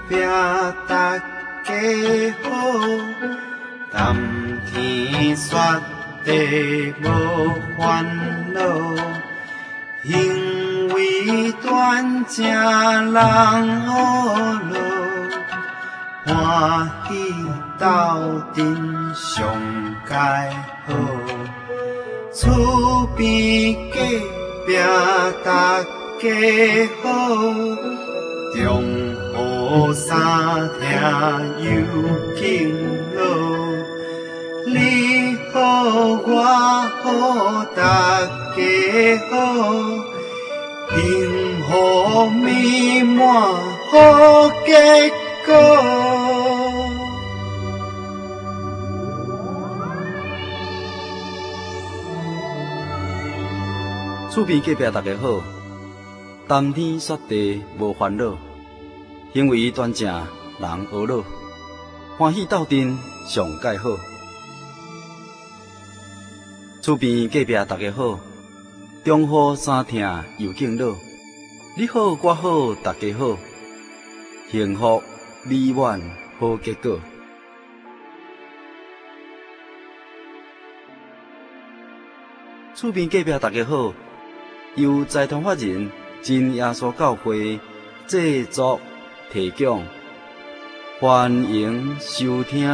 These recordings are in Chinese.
壁大家好，谈天说地无烦恼，因为断正人好路。欢喜斗阵上佳好，厝边隔壁大家好，中好三听又敬老，你好我好大家好，幸福美满好结果。 厝边隔壁大家好，谈天说地无烦恼，行为端正人和乐，欢喜斗阵上介好。厝边隔壁大家好，中好三听又敬老，你好我好大家好，幸福美满好结果。厝边隔壁大家好，由财团法人真耶稣教会制作提供，欢迎收听。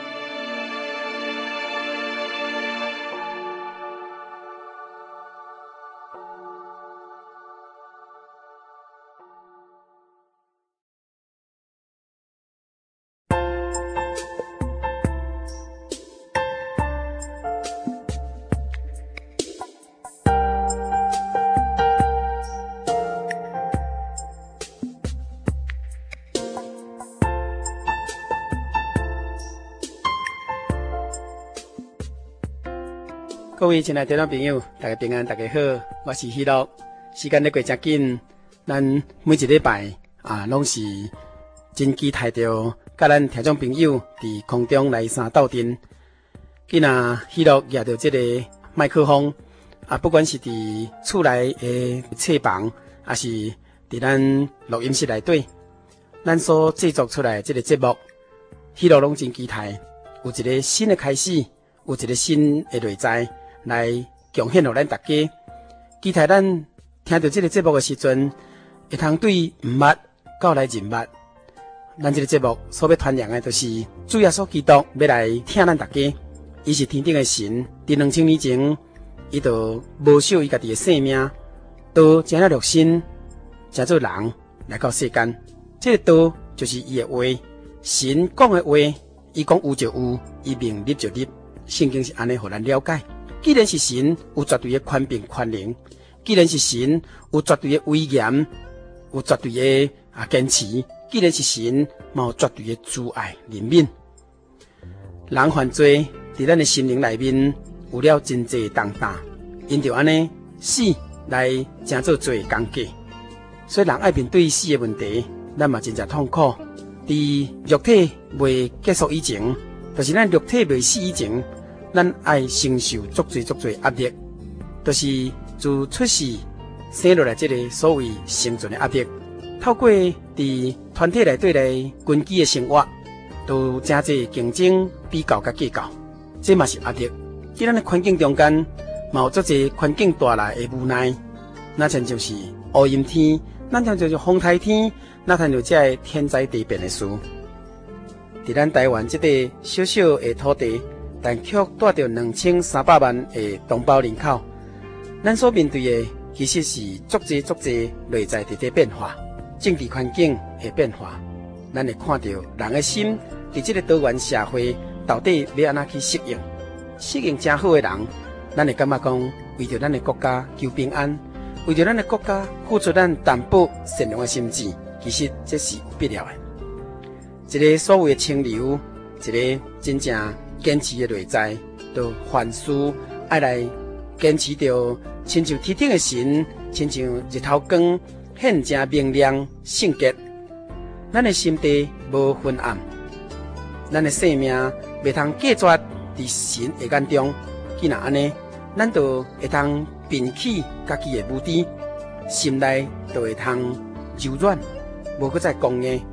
各位亲爱的听众朋友，大家平安，大家好，我是喜乐。时间咧过真紧，咱每一礼拜拢是真期待着甲咱听众朋友伫空中来相斗阵。今仔喜乐举着这个麦克风不管是伫厝内的册房，还是伫咱录音室内底，咱所制作出来的这个节目，喜乐拢真期待有一个新的开始，有一个新的内在。来贡献予咱大家，期待咱听到这个节目的时阵，会通对毋捌到来认捌。咱这个节目所要传扬的，就是主耶稣基督要来听咱大家。伊是天顶的神，伫2000年前，伊就无惜伊家己的性命，都真了肉身，成做人来到世间。这个道就是伊的话，神讲的话，伊讲有就有，伊命立就立。圣经是安尼，互咱了解。既然是神，有绝对的权柄权能；既然是神，有绝对的威严，有绝对的坚持；既然是神，嘛有绝对的慈爱怜悯。人犯罪，伫咱的心灵内面有了真济重担，因着安尼死来成做罪工价。所以人爱面对死的问题，咱嘛真正痛苦。伫肉体未结束以前，就是咱肉体未死以前。咱爱承受足侪压力，就是自出世生落来这个所谓生存的压力。透过伫团体内底来群居的生活，都真济竞争、比较甲计较，这嘛是压力。在咱的环境中间，嘛有足济环境带来的无奈。那像就是乌阴天，那像就是风台天，那像就这天灾地变的事。伫咱台湾这个小小的土地。但却带着2300万的同胞人口，咱所面对的其实是足济内在的变化，政治环境的变化，咱会看到人的心伫这个多元社会到底要安怎去适应？适应真好的人，咱会感觉讲为着咱的国家求平安，为着咱的国家付出咱淡薄善良的心志，其实这是有必要的。一个所谓的清流，一个真正坚持的内在，就凡事爱来坚持着，亲像天顶的神，亲像日头光，显真明亮圣洁。咱的心地无昏暗，咱的生命袂通隔绝伫神的眼中。既然安尼，咱就会通摒弃家己的无知，心内就会通柔软，无搁再刚硬。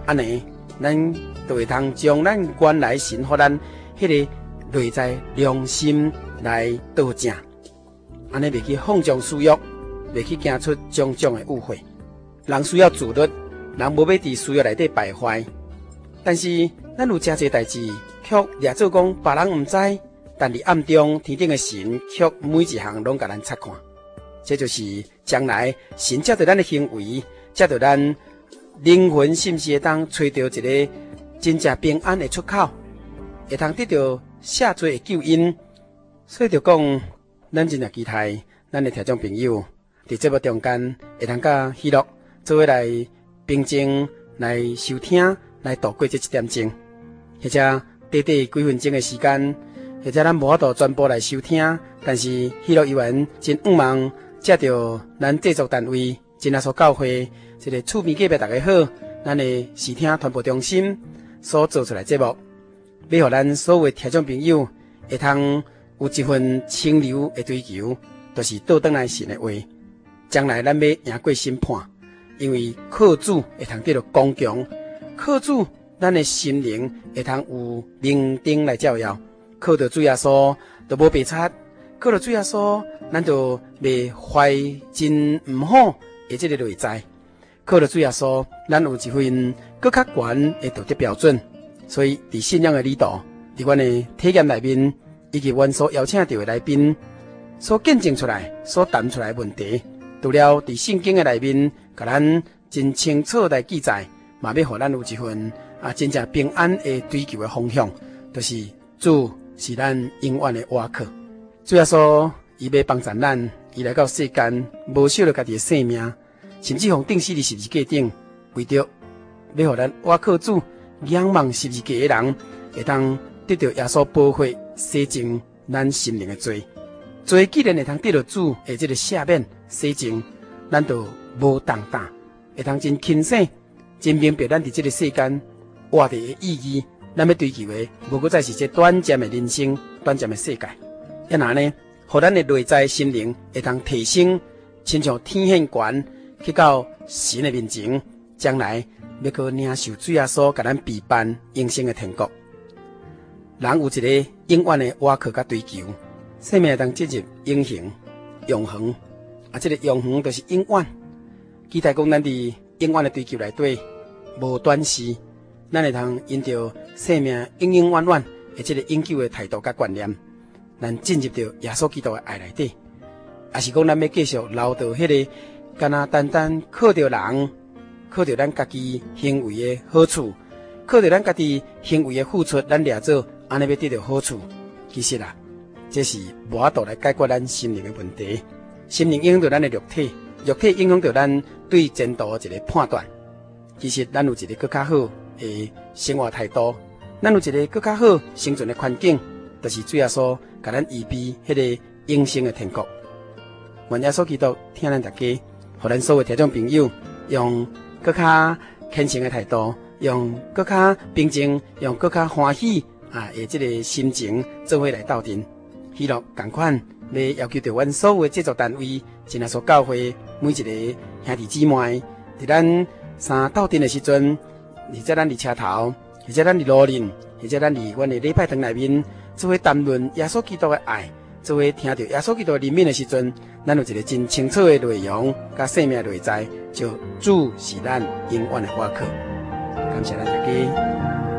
安尼，咱就会通将咱原来神予咱迄个内在良心来道正，安尼袂去放纵私欲，袂去行出种种的误会。人需要自律，人无要伫私欲内底败坏。但是咱有真侪代志，却掠做讲别人毋知，但伫暗中天顶的神却每一项拢甲咱察看。这就是将来神借着咱的行为，借着咱灵魂心事会当找到一个真正平安的出口，会通得到赦罪的救恩。所以就讲，咱真正期待咱的听众朋友伫节目中间会通甲喜乐做伙来平静来收听，来度过这1点钟，或者短短几分钟的时间，或者咱无法度全部来收听，但是喜乐幼儿园真盼望借着咱制作单位真耶稣教会这个厝边隔壁大家好，咱的视听传播中心所做出来节目，要互咱所有听众朋友会通有一份清流的追求，就是倒转来神的话。将来咱要赢过审判，因为靠主会通得到刚强，靠主咱的心灵会通有灵灯来照耀，靠着主耶稣就无白擦，靠着主耶稣咱就袂怀真毋好的这个内在，靠着主耶稣咱有一份更较悬的道德标准。所以伫信仰的里头，伫阮的体验内面，以及阮所邀请到的来宾所见证出来、所谈出来的问题，除了伫圣经的内面，甲咱真清楚来记载，嘛要互咱有一份真正平安的追求的方向，就是主是咱永远的倚靠。主耶稣伊要帮助咱，伊来到世间，无惜了家己的性命，甚至互钉死伫十字架顶，为着要互咱倚靠主、仰望十字架的人，会当得到耶稣保护、洗净咱心灵的罪。罪既然会通得到主的这个赦免、洗净，咱就无重担，会通真轻省、真明白咱伫这个世间活着的意义。咱要追求的，无过再是这短暂的人生、短暂的世界。要哪呢？互咱的内在心灵会通提升，亲像天很悬，去到神的面前，将来要去领受主耶稣甲咱备办永生的天国。人有一个永远的倚靠甲追求，生命会当进入永恒、永恒。这个永恒就是永远。期待讲咱伫永远的追求内底，无短视，咱会通因着生命永永远远的这个永久的态度甲观念，咱进入到耶稣基督的爱内底，也是讲咱要继续留到迄个干那单单靠着人，靠着咱家己行为的好处，靠着咱家己行为的付出，咱掠做安尼要得到好处。其实这是无法度来解决咱心灵的问题。心灵影响到咱的肉体，肉体影响到咱对前途的一个判断。其实咱有一个更较好的生活态度，咱有一个更较好生存的环境，就是主耶稣甲咱预备迄个永生的天国。愿耶稣基督听咱大家，互咱所有听众朋友用更较虔诚的态度，用更较平静，用更较欢喜的这个心情做伙来斗阵。喜乐同款要要求到阮所有的制作单位，真耶稣教会每一个兄弟姊妹，伫咱三斗阵的时阵，或者咱伫车头，或者咱伫路认，或者咱伫阮的礼拜堂内面，做伙谈论耶稣基督的爱，做伙听到耶稣基督的怜悯的时阵，咱有一个真清楚的内容，甲生命的内在，就主是咱永远的倚靠。感谢咱大家。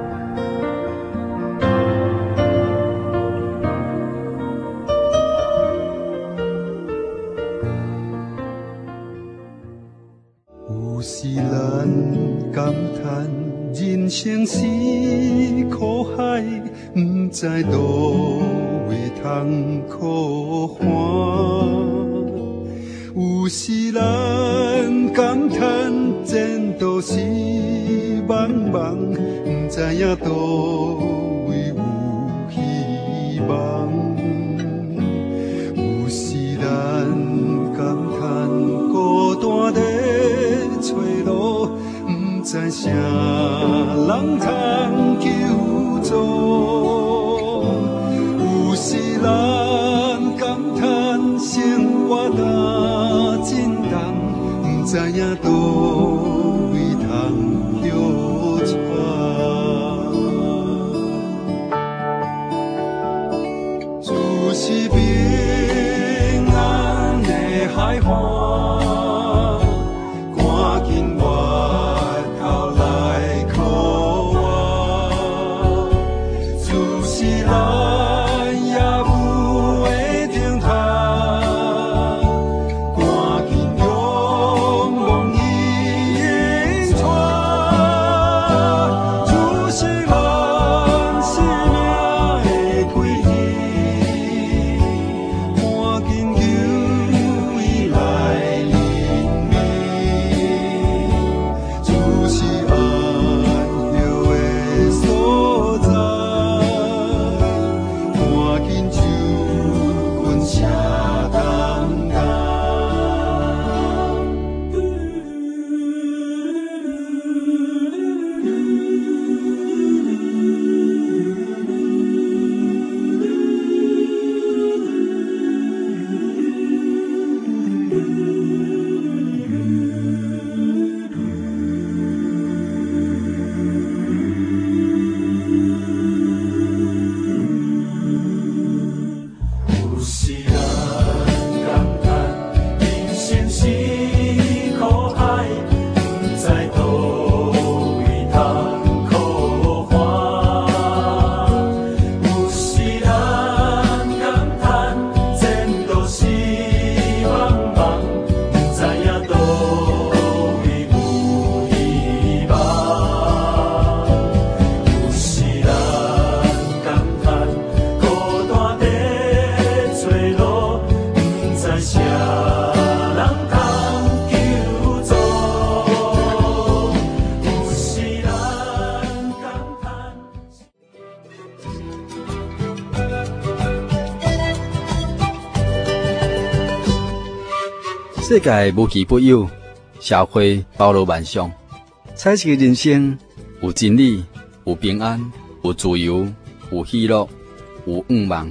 有时咱感叹人生是苦海，不知倒位通可欢。有时咱感叹前途是茫茫，不知影倒位有希望。有时咱感叹孤单的找路，不知啥人通救助。有时咱感叹生活若真重，不知影倒位通着世界无奇不有，社会包罗万象。彩色的人生有真理，有平安，有自由，有喜乐，有愿望。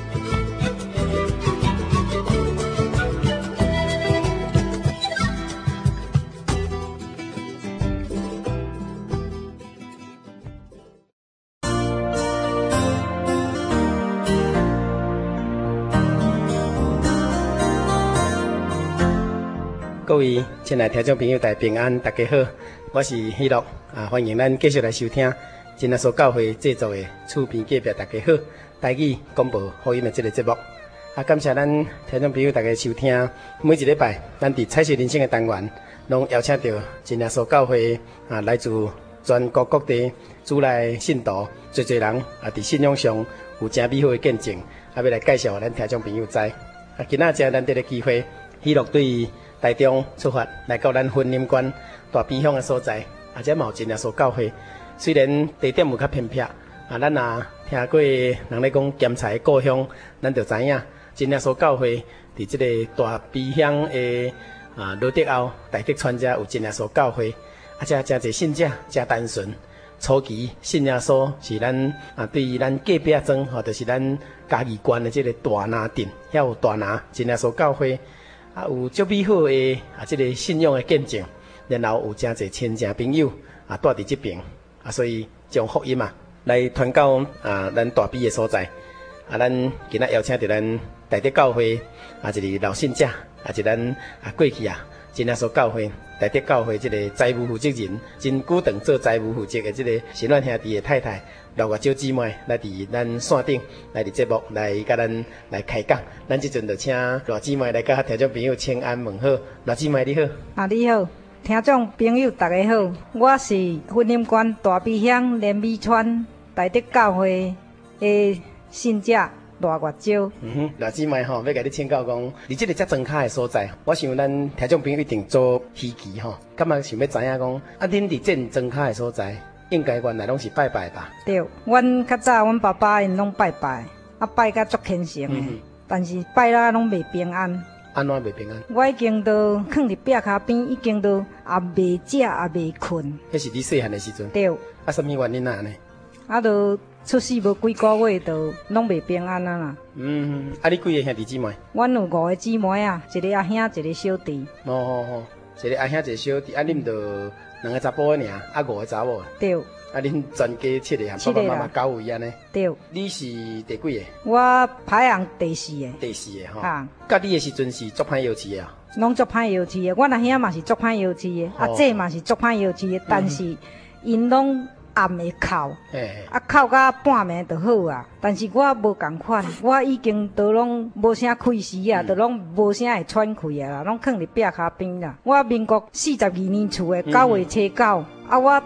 各位亲爱听众朋友，大家平安，大家好，我是喜乐欢迎咱继续来收听真耶稣教会制作的厝边隔壁大家好台语广播福音的这个节目感谢咱听众朋友大家收听。每一礼拜咱伫彩色人生的单元，拢邀请到真耶稣教会来自全国各地主内信徒，侪人伫信仰上有真美好的见证，要来介绍咱听众朋友知。今仔真难得的机会，喜乐对台中出发来到咱婚姻关大边乡的所在，这嘛有真耶稣教会。虽然地点有较偏僻咱也听过人咧讲咸菜的故乡，咱就知影真耶稣教会伫这个大边乡的罗德后大德村遮有真耶稣教会，真侪信者真单纯。初期信耶稣是咱对于咱隔壁庄就是咱嘉义县的这个大拿镇，遐有大拿真耶稣教会。有足美好的这个信仰的见证，然后有真侪亲戚朋友住伫这边所以将福音来传到咱大边的所在咱今仔邀请到咱大德教会一个老信者是咱过去真耶稣教会大德教会这个财务负责人，真久长做财务负责的这个神乱兄弟的太太刘月娇姊妹来伫咱线顶来伫节目来甲咱来开讲。咱即阵就请罗姊妹来甲听众朋友请安问好。罗姊妹你好。 你好，听众朋友大家好，我是婚姻关大鼻乡连美村大德教会的信者罗月娇。 罗姊妹要甲你请教讲，伫即个遮庄脚的所在，我想咱听众朋友一定做稀奇感觉想要知影讲恁伫这庄脚的所在。应该原来拢是拜拜吧？ 对，阮较早阮爸爸因拢拜拜，拜甲足虔诚的，但是拜了拢袂平安。 安怎袂平安？ 我已经都囥伫壁骹边，已经都也袂食也袂困。 迄是你细汉的时阵？ 对。 什么原因呢？ 都出世无几个月，都拢袂平安啦。 你几个兄弟姊妹？ 阮有5个姊妹一个阿兄，一个小弟。 一个阿兄，一个小弟。恁就2个查甫的尔，5个查某。 对。 恁全家7个，爸爸妈妈9位安尼。 对。 你是第几个？ 我排行第4个。 第4个甲你的时阵是足歹摇饲的拢足歹摇饲的，阮阿兄嘛是足歹摇饲的，姐嘛是足歹摇饲的，但是因拢暗会哭，哭到半暝就好但是我无共款，我已经都拢无啥开始都拢无啥会喘气啦，拢囥伫壁骹边啦。我民国42年厝的9月初9，我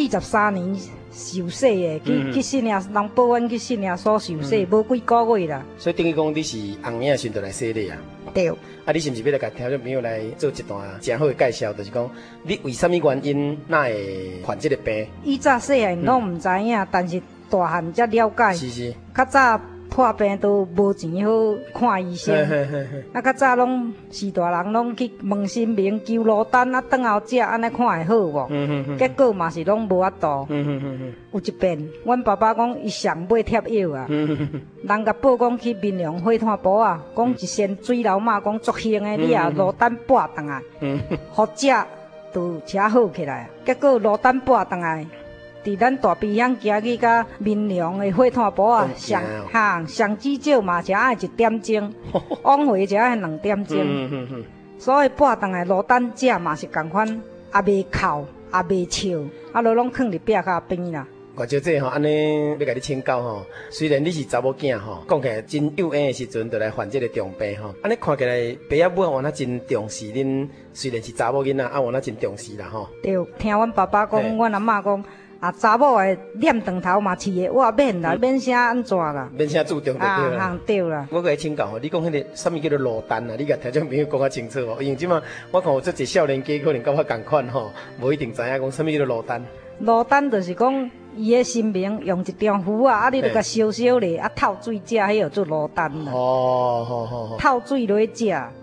43年受洗的，去信耶人保阮去信耶稣受洗，无几个月啦。 所以等于讲你是红名时阵来洗礼对。 你是毋是要来甲听众朋友来做一段真好的介绍？就是讲你为什么原因哪会患这个病？ 以早细汉拢毋知影，但是大汉才了解。 是。 较早破病都无钱好看医生，较早拢是大人拢去问神明求罗丹等后食安尼看会好无？结果嘛是拢无法度。有一遍，阮爸爸讲伊上买贴药人甲报讲去民良火炭埔讲一仙水流马讲足兴的，你罗丹拨倒来，好食就车好起来。结果罗丹拨倒来。伫咱大鼻乡行去甲民良的火炭埔上至少嘛才爱1点钟，往回才爱2点钟。所以拨倒来罗丹食嘛是共款，也袂哭，也袂笑，就拢囥伫壁骹边啦。 我就这安尼要甲你请教虽然你是查某囝讲起来真幼婴的时阵就来患这个重病安尼看起来爸仔母原来真重视恁，虽然是查某囡仔原来真重视啦对，听阮爸爸讲，阮阿嬷讲。查某的念长头嘛饲的，我免啦，免啥安怎啦， 免啥注重就对啦。 对啦。 我甲你请教你讲迄个什么叫做罗丹你甲听众朋友讲较清楚因为即马我看有这一少年家可能甲我同款无一定知影讲什么叫做罗丹。罗丹就是讲伊的神明用一张符你著甲烧烧咧，透水食，迄叫做罗丹啦。透水落去食，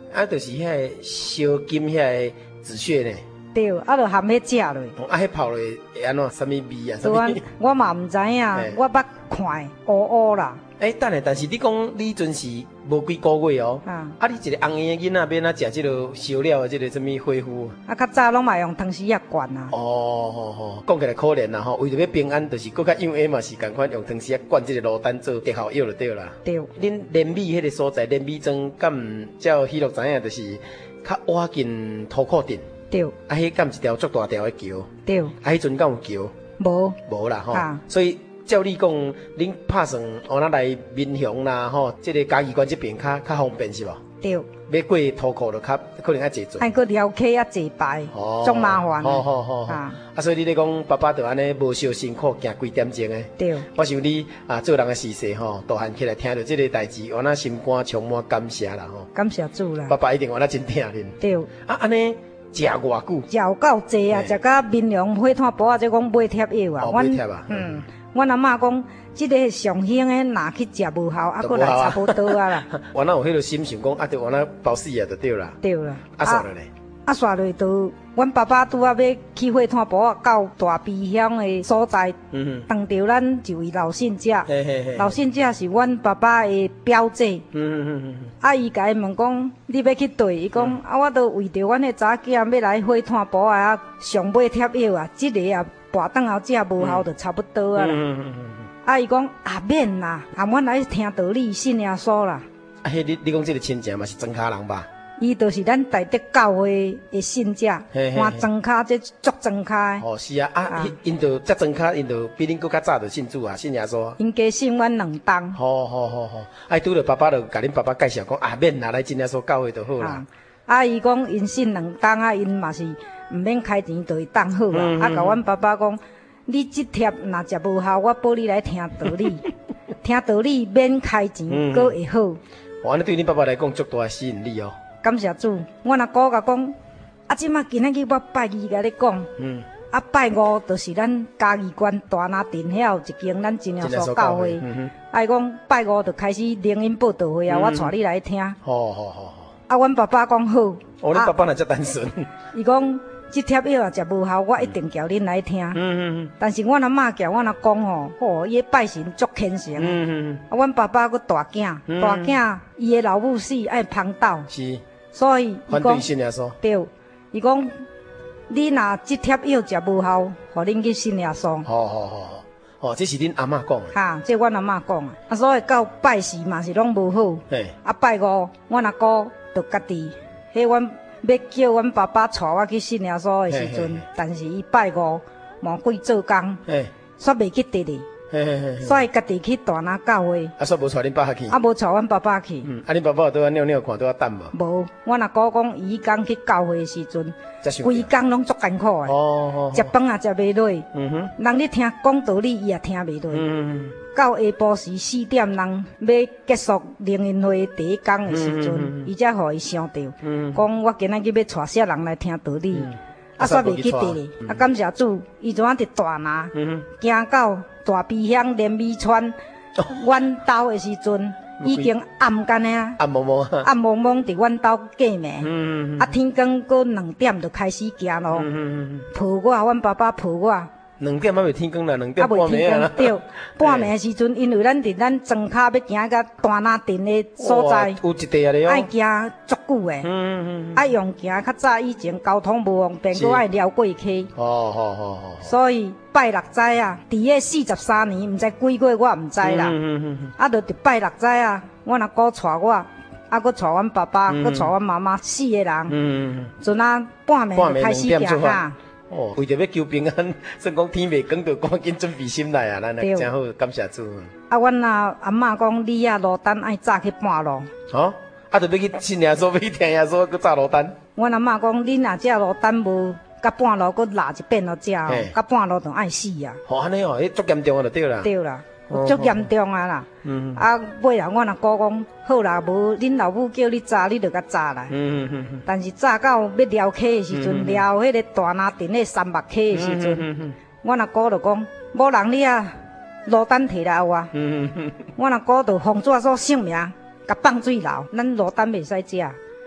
啊，就是迄个烧金迄个止血呢。 对，啊，就含迄食落。 啊，迄泡落会安怎？什么味啊？ 我嘛唔知影，我捌看乌乌啦。 等下，但是你讲你阵是无几个月哦。啊，你一个红眼的囡仔免食这个烧了的这个什么恢复？ 啊，较早拢嘛用汤匙啊灌啊。 讲起来可怜啦吼，为着要平安，就是搁较养生嘛是共款用汤匙啊灌这个罗丹做特效药就对啦。 对。 恁连米迄个所在，连米庄敢照喜乐知影，就是较挖近土库镇。 对。 啊，迄敢一条足大条的桥。 对。 啊，迄阵敢有桥？无啦吼。所以照你讲，恁拍算往哪来民雄啦吼，这个嘉义关这边较方便是无？ 对。 要过土库就较可能要坐船。 还过条溪啊坐排，足麻烦。 好。啊，所以你咧讲爸爸就安尼无少辛苦，行几点钟诶。 对。 我想你做人诶事势吼，大汉起来听到这个代志，我那心肝充满感谢啦吼。 感谢主啦。 爸爸一定我那真疼恁。 对。 啊，安尼食偌久？ 食有够济啊！食到民良火炭煲啊，即讲买贴药啊。 买贴啊。 阮阿嬷讲，即个上兴诶，若去食无效，啊，佫来差不多啊啦。 我那有迄个心想讲，啊，就我那包死啊，就对啦。 对啦。 啊，煞落咧。 啊，煞落就，阮爸爸拄啊要去火炭埔啊，到大鼻乡诶所在，当着咱一位老信者。老信者是阮爸爸诶表姐。啊，伊甲伊问讲，你要去对？伊讲啊，我都为着阮迄查囝要来火炭埔啊，上买贴药啊，即个啊。跋顿后食无效就差不多啊啦。啊，伊讲啊免啦，啊，阮来听道理信耶稣啦。 啊，迄你讲这个亲戚嘛是庄卡人吧？ 伊就是咱台德教会的信者，看庄卡这足庄卡的。 是啊，啊，因就这庄卡，因就比恁搁较早就信主啊，信耶稣。 因加信阮2档。 好。哎，拄着爸爸就甲恁爸爸介绍讲啊免啦，来信耶稣教会就好啦。 啊，伊讲因信2档啊，因嘛是。毋免开钱就会当好啦，啊！甲阮爸爸讲，你即贴若食无效，我保你来听道理，听道理免开钱，佫会好。 安尼对恁爸爸来讲，足大的吸引力哦。 感谢主，阮阿姑甲讲，啊，即马今仔日我拜二甲你讲，啊，拜5就是咱嘉义县大拿镇遐有一间咱真耶稣教会，啊，伊讲拜5就开始灵音报道会啊，我带你来听。 好。 啊，阮爸爸讲好。 恁爸爸若遮单纯。 伊讲。即贴药啊，食无效，我一定叫恁来听。但是阮阿嬷叫阮阿公吼，伊拜神足虔诚。啊，阮爸爸个大囝，伊个老母死爱芳斗。 是。 所以反对信耶稣。 对，伊讲你若即贴药食无效，互恁去信耶稣。 好，这是恁阿嬷讲。 哈，这阮阿嬷讲啊。啊，所以到拜四嘛是拢无好。啊，拜5，阮阿姑就家己，迄阮。要叫阮爸爸带我去信耶稣的时阵，但是伊拜5毛鬼做工，煞袂去得哩，所以家己去大拿教会。 啊，煞无带恁爸去？ 啊，无带阮爸爸去。 啊， 恁爸爸都要尿尿看，都要等无？ 无，阮阿姑讲，伊讲去教会的时阵，规工拢足艰苦的，食饭也食袂落。人咧听讲道理，伊也听袂落。到下晡时4点，人要结束灵音会第一工的时阵，伊才互伊想到，讲我今仔日要带啥人来听道理，啊，煞袂去得哩。啊，感谢主，伊怎啊伫大拿，行到大鼻乡连米川，阮兜的时阵，已经暗干啊， 暗蒙蒙伫阮兜过暝，啊，天光过2点就开始行咯，抱我，阮爸爸抱我。 2点还未天光啦，2点半暝啊。 对，半暝时阵，因为咱伫咱庄卡要行到大拿镇的所在， 有一地啊咧哦， 爱行足久的，爱用行较早以前交通无方便，佫爱撩过溪。 好。 所以拜6载啊，伫迄43年，毋知几个月我毋知啦。啊，就伫拜6载啊，阮阿姑带我，啊，佫带阮爸爸，佫带阮妈妈4个人，阵啊半暝就开始行哈。 为着要求平安，算讲天未光，就赶紧准备心来啊！咱真好，感谢主。 啊，阮阿嬷讲，你啊落单爱早去半路。 啊，就要去信耶稣，要去听耶稣，佮早落单。 阮阿嬷讲，你若这落单无，甲半路佮拉一遍落这，甲半路就爱死啊！ 安尼迄足严重啊，就对啦。 对啦。足严重啊啦！啊，尾啊，阮阿姑讲好啦，无恁老母叫你炸，你就甲炸来。但是炸到要撩溪的时阵，撩迄个大拿镇迄3目溪的时阵，阮阿姑就讲，无人你啊，落单摕来我。阮阿姑就封纸所姓名，甲放水流，咱落单袂使食。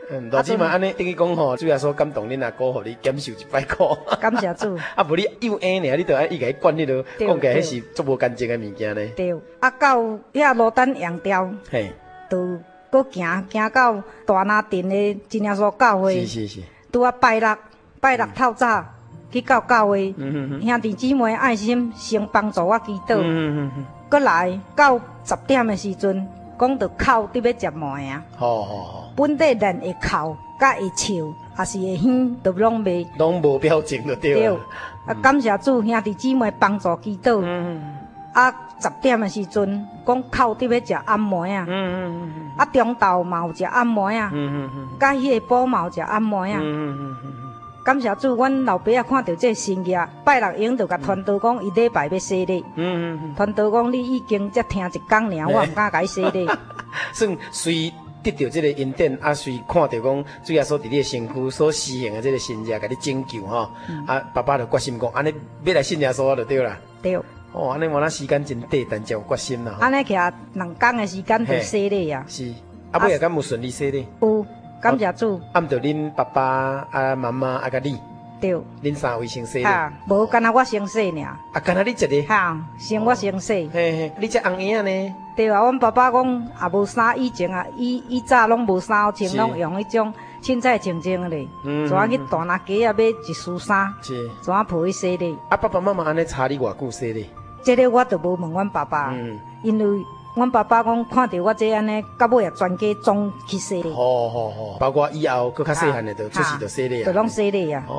大姊嘛安尼等于讲吼，主要说感动恁阿哥，互你减寿100块。 感谢主。 啊，无你幼婴尔，你著爱伊甲伊管迄落，讲起来迄是足无干净的物件呢。 对，啊到遐罗丹洋调， 嘿， 都搁行到大拿镇的真耶稣教会。 是。 拄啊拜六透早去到教会，兄弟姊妹爱心先帮助我祈祷。搁来到10点的时阵，讲着口伫要食糜啊。 好。 本地人会哭，甲会笑，也是会哼，都拢无表情就对了。 啊，感谢主兄弟姊妹帮助祈祷。啊，10点的时阵，讲口伫要食暗糜啊。啊，中昼嘛有食暗糜啊。甲迄个补嘛有食暗糜啊。感谢主，阮老爸啊看到这新业，拜六用就甲传道讲，伊礼拜要洗礼。传道讲，你已经才听一讲尔，我毋敢甲伊洗礼。 算随得到这个恩典，啊，随看到讲主耶稣伫你的身躯所施行的这个神迹，甲你拯救吼。啊，爸爸就决心讲，安尼要来信耶稣就对啦。对。哦，安尼我那时间真短，但就有决心啦。 安尼徛2天的时间就洗礼啊。 是。啊，尾也敢有顺利洗礼？ 有。感谢主， 按着恁爸爸啊、妈妈啊，甲你， 对， 恁3位先洗哈，无干那我先洗尔。 啊，干那你一个？ 哈，先我先洗。 嘿，你这红衣呢？ 对啊，阮爸爸讲也无衫，以前啊，以早拢无衫穿，拢用迄种凊彩清净的。怎啊去大拿街啊买一束衫？是，怎啊抱去洗哩？啊， 爸爸妈妈安尼查你偌久洗哩？ 这个我就无问阮爸爸，因为。阮爸爸讲看到我这安尼，到尾也全家总去洗礼。 好，包括以后搁较细汉的，就出事就洗礼啊。 就拢洗礼啊。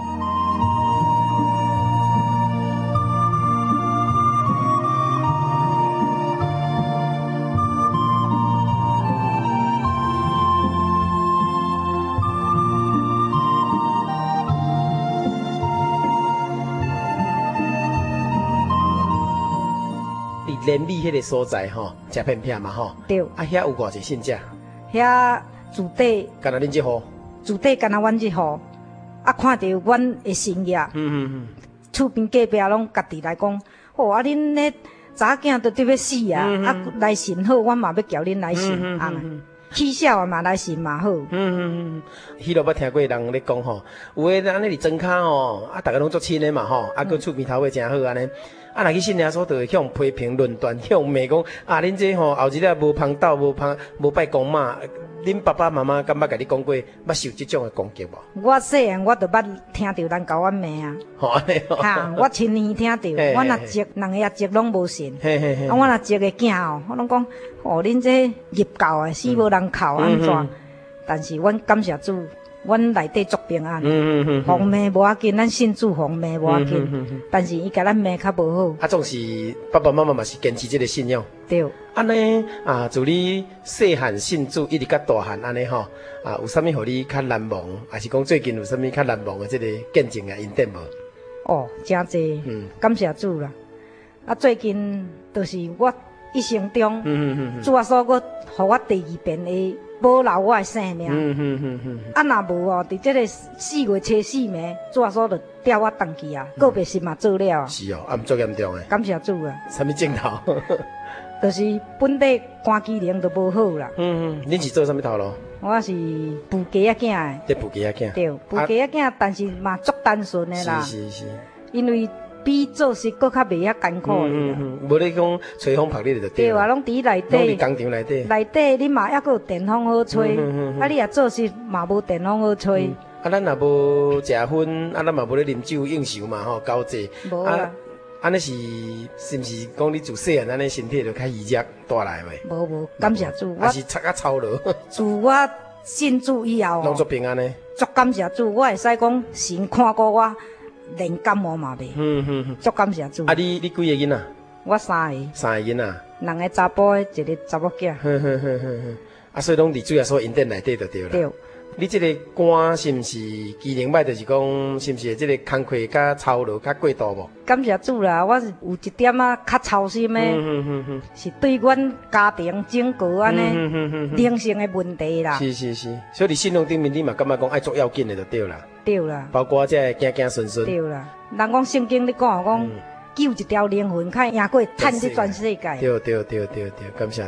连米迄个所在吼，食片片嘛吼。 对。 啊，遐有偌济信者？ 遐住底。 干那恁这户？ 住底干那阮这户。啊，看到阮的生意。厝边隔壁拢家己来讲，啊，恁咧查囝都要死啊！啊，来信好，阮嘛要叫恁来信啊。起笑嘛来信嘛好。 迄落捌听过人咧讲吼，有诶安尼伫庄骹吼，啊，大家拢足亲诶嘛吼，啊，佮厝边头尾真好安尼。啊，若去信耶稣，就会向批评论断，向骂讲啊，恁这吼后日啊无芳斗，无拜公妈，恁爸爸妈妈敢捌甲你讲过，捌受这种的攻击无？ 我细汉我就捌听到人甲我骂啊。 吼安尼。 哈，我亲耳听到，我若接人个也接拢无信。啊，我若接个囝哦，我拢讲，恁这入教的死无人靠安怎？但是阮感谢主。阮内底足平安，防骂无要紧，咱信主防骂无要紧，但是伊甲咱骂较无好。 啊，总是爸爸妈妈嘛是坚持这个信仰。 对。 安尼啊，自你细汉信主一直到大汉安尼吼，啊，有啥物互你较难忘，还是讲最近有啥物较难忘的这个见证啊、恩典无？ 哦，真济，感谢主啦。啊，最近就是我一生中，主啊，所我互我第2遍的。保留我的生命。啊，若无哦，伫这个4月初4暝，主耶稣就调我回去啊，个别事嘛做了啊。 是哦，啊，毋足严重诶。 感谢主啊。 啥物镜头？ 就是本地肝机能都无好啦。 恁是做啥物头路？ 我是扶家仔囝诶。 在扶家仔囝。 对，扶家仔囝，但是嘛足单纯诶啦。 是。 因为。比做事搁较袂遐艰苦哩啦。 无咧讲吹风晒日就对。 对啊，拢伫内底。 拢伫工厂内底。 内底你嘛还阁有电风好吹，啊你也做事嘛无电风好吹。 啊，咱也无食薰，啊咱嘛无咧啉酒应酬嘛吼，交际。 无啦。 安尼是毋是讲你自细汉安尼身体就较虚弱带来诶？ 无，感谢主。 还是擦啊操劳。 自我信主以后。 拢足平安诶。 足感谢主，我会使讲神看过我。连感冒嘛袂，足感谢主。 啊，你几个囡仔？ 我3个。 3个囡仔 ，2个查甫的，一个查某囝。 啊，所以拢伫主要所恩典内底就对了。对。你这个肝是毋是机能歹？就是讲是毋是这个工课较操劳较过度无？ 感谢主啦，我是有一点啊较操心的，是对阮家庭整个安尼灵性的问题啦。 是，所以伫信仰顶面你嘛感觉讲爱做要紧的就对啦。 对啦。 包括这行行顺顺。 对啦，人讲圣经咧讲救一条灵魂，较赢过趁这全世界。 对，感谢主。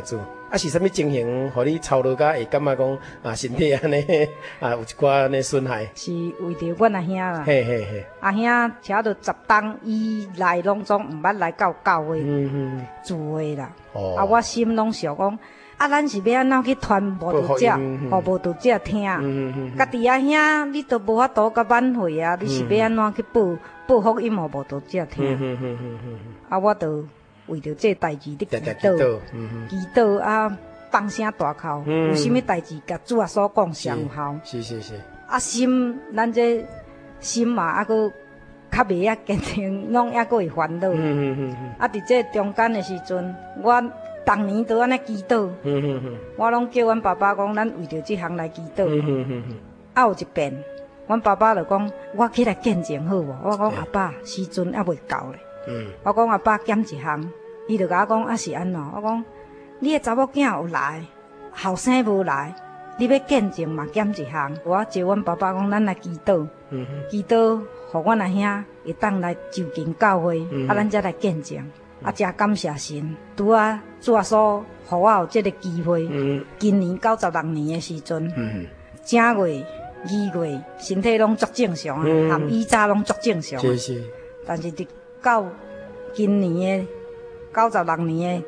啊是啥物情形，互你操劳甲会感觉讲啊身体安尼啊有一寡安尼损害？ 是为着阮阿兄啦。 嘿嘿嘿。 阿兄车着10档，伊来拢总毋捌来到教会住的啦。 哦。 啊，我心拢想讲，啊，咱是要安怎去传无读者，互无读者听。家己阿兄，你都无法度甲挽回啊！你是要安怎去报福音，互无读者听？啊，我着为着这代志伫祈祷啊，放声大哭。有啥物代志，甲主啊所讲上有效。 是。 啊，心咱这心嘛，还阁较袂遐坚定，拢还阁会烦恼。啊，伫这中间的时阵，我逐年都安尼祈祷。我拢叫阮爸爸讲，咱为着这项来祈祷。啊，有一遍，阮爸爸就讲，我起来见证好无？我讲阿爸，时阵还袂到咧。我讲阿爸减一项。伊就甲我讲，啊是安怎？我讲，你的查某囝有来，后生无来，你要见证嘛减一项。我招阮爸爸讲，咱来祈祷，祈祷，互阮阿兄会当来就近教会，啊，咱才来见证。啊，真感谢神，拄啊主啊所，互我有这个机会。今年96年的时阵，正月、2月，身体拢足正常啊，含以早拢足正常。 是。 但是到今年的96年的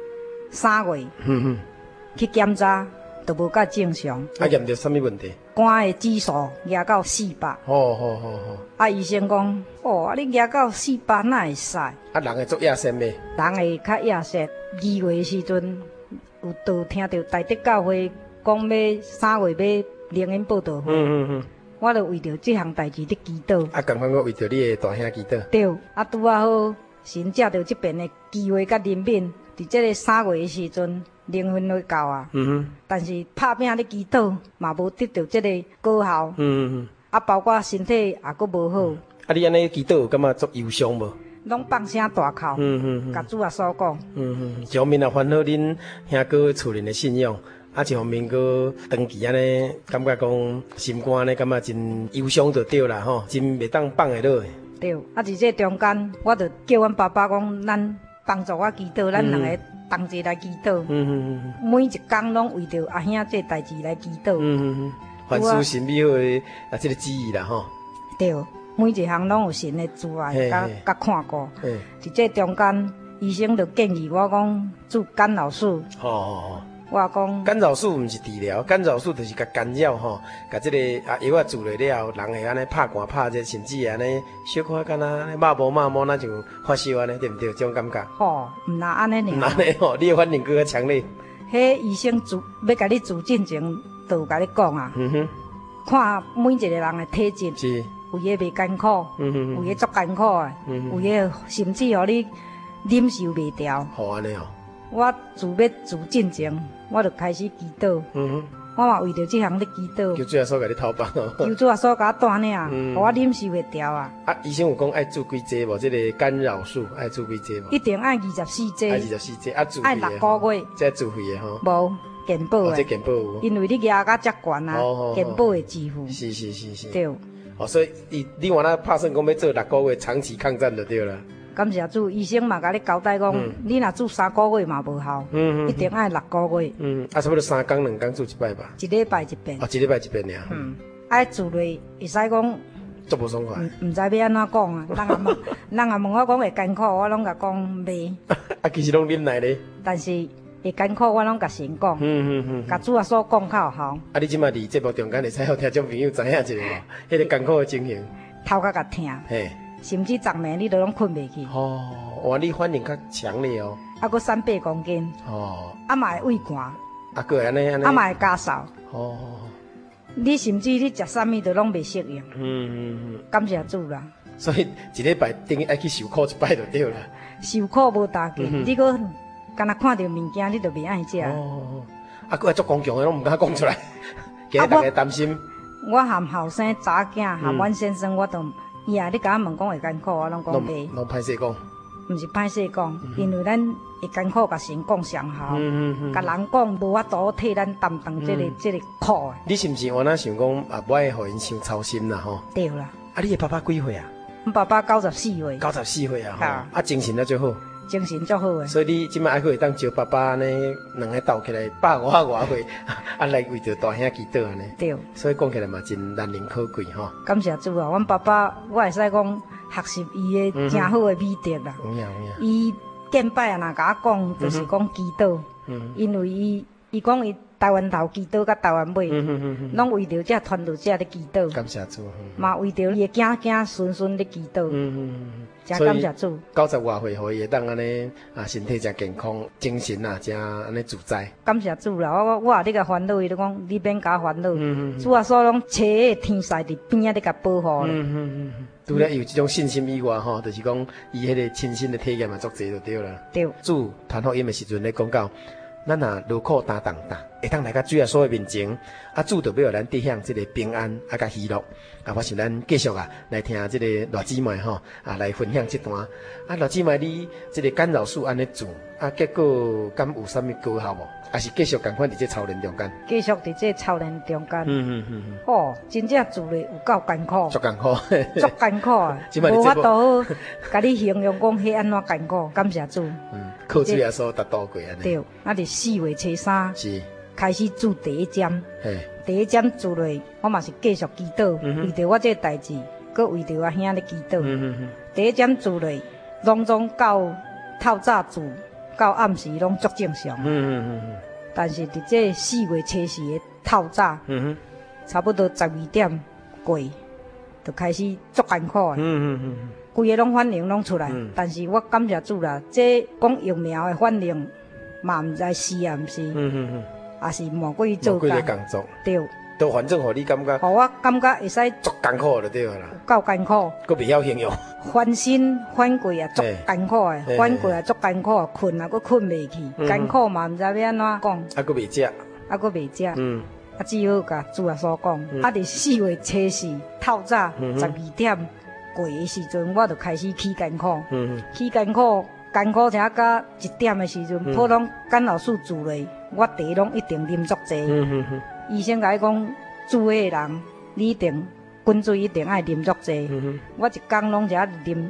3月，去检查，都无甲正常。 啊，验着啥物问题？ 肝的指数压到400。 好。 啊，医生讲，啊，你压到400，哪会使？啊， 人会做亚线咩？ 人会较亚线。2月的时阵，有都听到台德教会讲要3月要灵恩报道会。我就为着这项代志伫祈祷。 啊，共款我为着你的大兄祈祷。 对，啊，拄啊好，神借着这边的机会甲人品，伫这个3月的时阵，灵魂会到啊。但是拍拼咧祈祷，嘛无得到这个果效。啊，包括身体也阁无好。 啊，你安尼祈祷有感觉足忧伤无？ 拢放声大哭。甲主啊所讲。 一方面也烦恼恁兄哥厝人的信仰。啊，一方面个长期安尼，感觉讲心肝呢，感觉真忧伤就对啦吼，真袂当放会落。 对，啊，伫这中间，我就叫阮爸爸讲，咱帮助我祈祷，咱两个同齐来祈祷。每一工拢为着阿兄这代志来祈祷。 凡事神美好的啊，这个旨意啦吼。 对，每一项拢有神的主爱，甲看顾。伫这中间，医生就建议我讲做干扰术。我讲干扰术毋是治疗，干扰术就是甲干扰吼，甲这个啊药啊注落了，人会安尼拍寒拍热，甚至安尼小可敢若肉无麻木，那就发烧安尼，对毋对？这种感觉。 毋若安尼尔。 毋安尼吼，你的反应更较强烈。 迄医生要甲你自进前，就有甲你讲啊。看每一个人的体质，有诶袂艰苦，有诶足艰苦诶，有诶甚至互你忍受袂调。 好安尼哦。 我要自进前，我就开始祈祷。我嘛为着这项咧祈祷。 求主耶稣甲你头帮哦。 求主耶稣甲我带领，互我忍受袂调啊。 啊，医生有讲爱做几剂无？这个干扰术爱做几剂无？ 一定爱24剂。 爱24剂，啊，自费爱6个月。 这自费的吼。 无健保的。 这健保有。 因为你压甲遮悬啊，健保会支付。 是。 对。 所以你原来拍算讲要做6个月长期抗战就对了。 感谢主，医生嘛甲你交代讲，你若做3个月嘛无效，一定爱6个月。 差不多3工2工做一摆吧。 一礼拜一遍。 一礼拜一遍尔。 爱做落会使讲。 足无爽快。 毋知要安怎讲啊？人也问我讲会艰苦，我拢甲讲袂。 啊，其实拢忍耐咧。 但是会艰苦，我拢甲神讲。甲主啊所讲较有效。啊， 你即马伫节目中间会使互听众朋友知影一下无？迄个艰苦的情形。 头壳甲疼。嘿。甚至昨暝你都拢困袂去。 哇，你反应较强烈哦。 啊，佫38公斤。啊嘛会胃寒。 啊，佫会安尼。 啊嘛会加嗽。你甚至你食啥物都拢袂适应。感谢主啦。 所以一礼拜等于爱去受苦一摆就对啦。 受苦无大紧，你佫敢若看到物件，你就袂爱食。 啊，佫会足刚强的，拢毋敢讲出来，惊大家担心。 我含后生查囝，含阮先生，我都。伊啊，你甲我问讲会艰苦，我拢讲袂。 拢歹势讲， 毋是歹势讲，因为咱会艰苦，甲神讲上效，甲人讲无法度替咱担当这个苦的。 你是毋是有那想讲啊？不爱互因伤操心啦吼？ 对啦。 啊，你的爸爸几岁啊？ 阮爸爸94岁。 94岁啊！啊，精神啊最好。 精神足好诶。 所以你即摆还可以当招爸爸呢，两个斗起来100外岁，来为着大兄祈祷安尼。 对。 所以讲起来嘛，真难能可贵吼。 感谢主啊！阮爸爸，我会使讲学习伊诶真好诶美德啦。 有影有影。 伊见摆啊，若甲我讲，就是讲祈祷。因为伊讲伊台湾头祈祷甲台湾尾，拢为着这传道者咧祈祷。 感谢主。 嘛为着伊诶囝孙孙咧祈祷。真感谢主。 90外岁，互伊会当安尼身体真健康，精神真安尼自在。 感谢主啦！我也咧甲烦恼伊，咧讲你免甲烦恼。主啊，所拢找个天使伫边仔咧甲保护咧。 除了有这种信心以外，吼，就是讲伊迄个亲身的体验嘛，足济就对啦。对。主传福音的时阵咧讲到，咱若劳苦担重担，会当来到主耶稣的面前，主就要互咱得享这个平安甲喜乐。我想咱继续来听这个罗姊妹吼来分享这段。罗姊妹你这个干扰素安尼做，结果敢有啥物高效无？还是继续共款伫这操练中间？继续伫这操练中间。哦，真正做咧有够艰苦。足艰苦。足艰苦啊！无法度甲你形容讲迄安怎艰苦。感谢主。靠主耶稣达到过安尼。对，伫4月初3是开始做第一针。第一针做落，我嘛是继续祈祷，为着我这代志，搁为着我兄咧祈祷。第一针做落，拢总到透早做，到暗时拢足正常。但是伫这4月初4的透早，差不多12点过，就开始足艰苦的。规个拢反应拢出来，但是我感谢主啦，这讲疫苗的反应嘛毋知是啊毋是。也是莫过去做工作，对，都反正互你感觉，互我感觉会使足艰苦就对啦，够艰苦，佫袂晓形容，翻身翻过啊足艰苦的，翻过啊足艰苦，困啊佫困袂去，艰苦嘛毋知要安怎讲，佫袂食，佫袂食，只好甲主啊所讲，伫4月初4透早12点过的时阵，我就开始起艰苦，起艰苦。艰苦才到1点的时阵，普通干扰素做咧，我茶拢一定啉足济。医生甲伊讲，煮的人你一定滚水一定爱啉足济。我一工拢只啉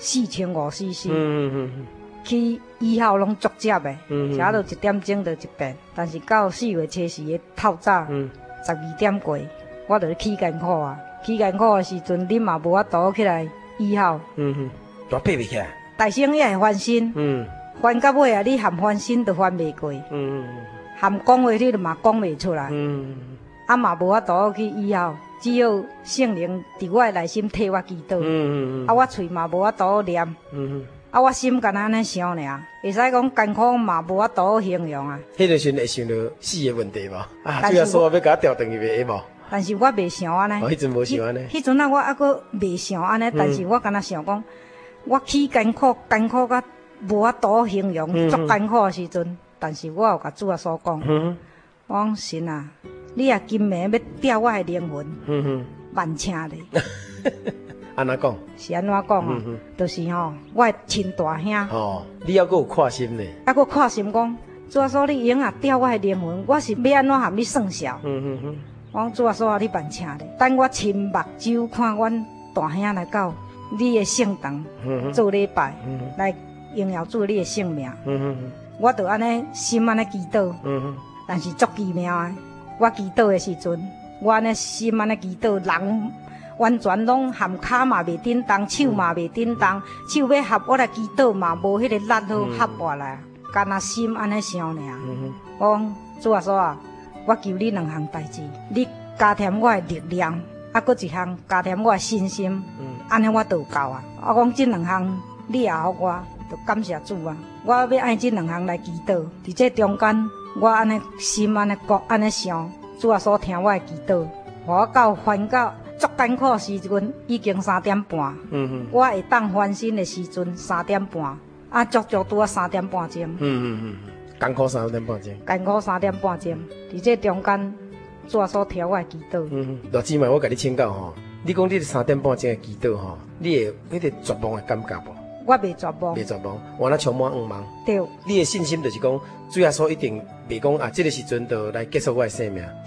4500cc。去以后拢足接的，只到1点钟就一遍。但是到4月初4的透早12点过，我就起艰苦啊！起艰苦的时阵，你嘛无法度起来以后。 大爬袂起来。 大声也会翻身，翻到尾啊，你含翻身都翻袂过，含讲话你都嘛讲袂出来，嘛无法度去以后，只有圣灵伫我内心替我祈祷，我喙嘛无法度念，我心干安尼想尔，会使讲艰苦嘛无法度形容啊。 迄个时阵会想到死的问题无？主要说要甲我调转去袂无？ 但是我袂想安尼， 迄阵无想安尼， 迄阵我阁袂想安尼，但是我敢若想讲。我起艰苦甲无法度形容，足艰苦的时阵，但是我有甲主啊所讲，我讲神啊，你也今暝要吊我的灵魂，万请咧。 安怎讲？ 是安怎讲啊？就是吼，我的亲大兄。 哦，你还阁有看心呢？ 还阁看心讲，主啊说你用啊吊我的灵魂，我是要安怎含你算数？我讲主啊说你万请咧，等我亲目睭看阮大兄来到。你的圣堂做礼拜，来荣耀主你的圣名。我就安尼心安尼祈祷，但是足奇妙的。我祈祷的时阵，我安尼心安尼祈祷，人完全拢含骹嘛袂振动，手嘛袂振动，手要合我来祈祷嘛，无迄个力好合过来，干那心安尼想尔。我讲主啊，说啊，我求你2项代志，你加添我的力量。搁一项加添我的信心，安尼我就够啊！我讲这2项你也互我，就感谢主啊！我要按这2项来祈祷，伫这中间我安尼心安尼觉安尼想，主啊所听我的祈祷，我到翻到足艰苦的时阵已经3点半，我会当翻身的时阵3点半，足拄啊3点半钟， 艰苦3点半钟， 艰苦3点半钟，伫这中间。主啊所听我的祈祷。 罗姊妹，我甲你请教吼，你讲你3点半钟的祈祷吼，你会迄个绝望的感觉无？ 我袂绝望， 袂绝望，我那充满希望。 对， 你的信心就是讲，主耶稣一定袂讲啊，这个时阵就来结束我的生命。 对，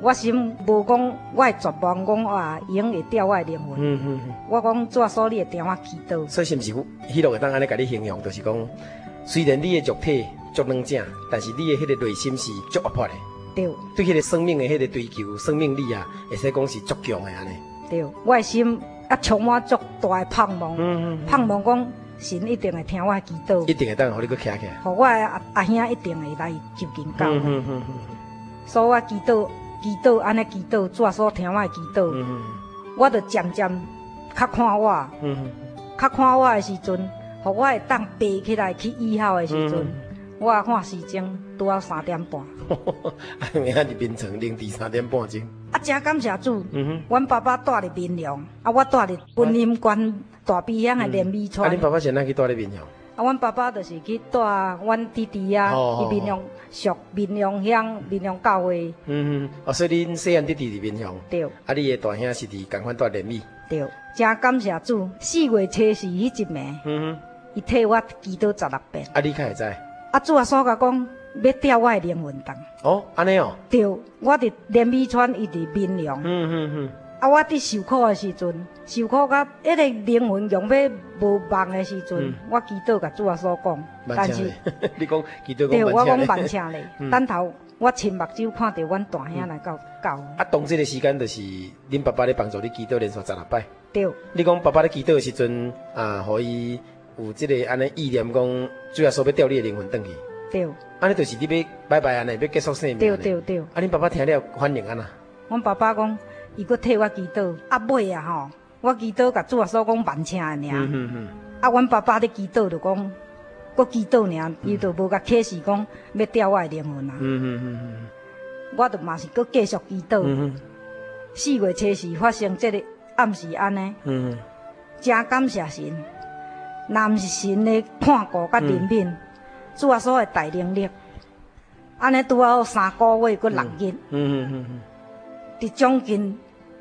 我心无讲，我会绝望讲啊，影会掉我的灵魂。我讲怎说你会听我祈祷？ 所以是毋是迄落会当安尼甲你形容，就是讲，虽然你的肉体足软正，但是你的迄个内心是足活泼的。 对。对迄个生命的迄个追求，生命力啊，会使讲是足强的安尼。 对，我的心啊充满足大的盼望。盼望讲神一定会听我的祈祷。一定会当互你搁徛起来。互我的阿兄一定会来就近教。所以我祈祷安尼祈祷，怎说听我的祈祷？我就渐渐较看我，较看我的时阵，互我会当爬起来去医校的时阵，我看时钟拄到3点半。 明仔日眠床0至3点半钟。 啊，真感谢主！阮爸爸住伫民良，啊，我住伫婚姻关大鼻乡的连美村。啊， 恁爸爸是哪去住伫民良？ 啊，阮爸爸就是去住阮弟弟啊，去民良属民良乡民良教会。 所以恁细汉弟弟伫民良。 对。 啊，你的大兄是伫共款住连美。 对，真感谢主！4月初四迄一暝，伊替我祈祷16遍。啊， 你较会知？ 啊，主啊，所甲讲要调我的灵魂动。 哦，安尼哦。对， 我伫连美村，伊伫民良。啊，我伫受苦的时阵，受苦到迄个灵魂用要无望的时阵，我祈祷甲主啊所讲，但是你讲祈祷讲对，我讲万请咧。等头我亲目睭看到阮大兄来到教。啊， 当这个时间就是恁爸爸咧帮助你祈祷连续16摆。 对。 你讲爸爸咧祈祷的时阵啊，互伊有即个安尼意念，讲主要说要调你的灵魂转去。对。安尼就是你要拜拜安尼，要结束生命。对对对。啊，恁爸爸听了反应安那？阮爸爸讲。伊搁替我祈祷，啊尾啊吼，我祈祷甲主啊所讲万请的尔。啊，阮爸爸咧祈祷就讲，搁祈祷尔，伊就无甲启示讲要调我的灵魂啊。我就嘛是搁继续祈祷。4月初四发生这个暗时安尼。真感谢神，若毋是神的看顾甲怜悯，主啊所的大能力，安尼拄好3个月搁6日。伫将近